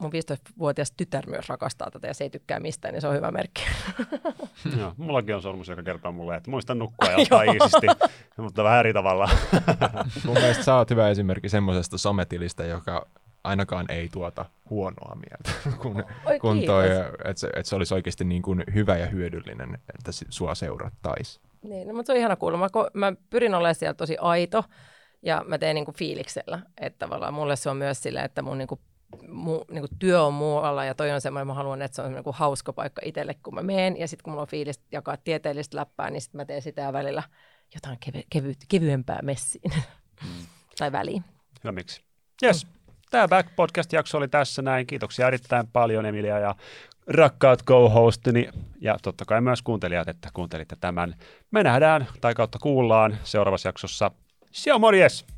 [SPEAKER 3] mun viisitoistavuotias tytär myös rakastaa tätä ja se ei tykkää mistään, niin se on hyvä merkki.
[SPEAKER 1] Joo, mullakin on sormus, joka kertoo mulle, että muistan nukkua ja ottaa iisisti, mutta vähän eri tavalla.
[SPEAKER 2] Mun mielestä sä oot hyvä esimerkki semmoisesta sometilistä, joka ainakaan ei tuota huonoa mieltä, kun,
[SPEAKER 3] Oi,
[SPEAKER 2] kun toi, että se, et se olisi oikeasti niin kuin hyvä ja hyödyllinen, että sua seurattaisi.
[SPEAKER 3] Niin, no, mutta se on ihana kuulla. Mä, mä pyrin olemaan siellä tosi aito ja mä teen niinku fiiliksellä, että tavallaan mulle se on myös silleen, että mun niinku, mu, niinku työ on muualla ja toi on semmoinen, mä haluan, että se on niinku hauska paikka itselle, kun mä meen ja sitten kun mulla on fiilis jakaa tieteellistä läppää, niin sitten mä teen sitä ja välillä jotain kevy, kevy, kevyempää messiin mm. tai väliin.
[SPEAKER 1] Hyvä, miksi? Jes. Mm. Tämä Back-podcast-jakso oli tässä näin. Kiitoksia erittäin paljon Emilia ja rakkaat co-hostini ja totta kai myös kuuntelijat, että kuuntelitte tämän. Me nähdään tai kautta kuullaan seuraavassa jaksossa. Ciao, morjes!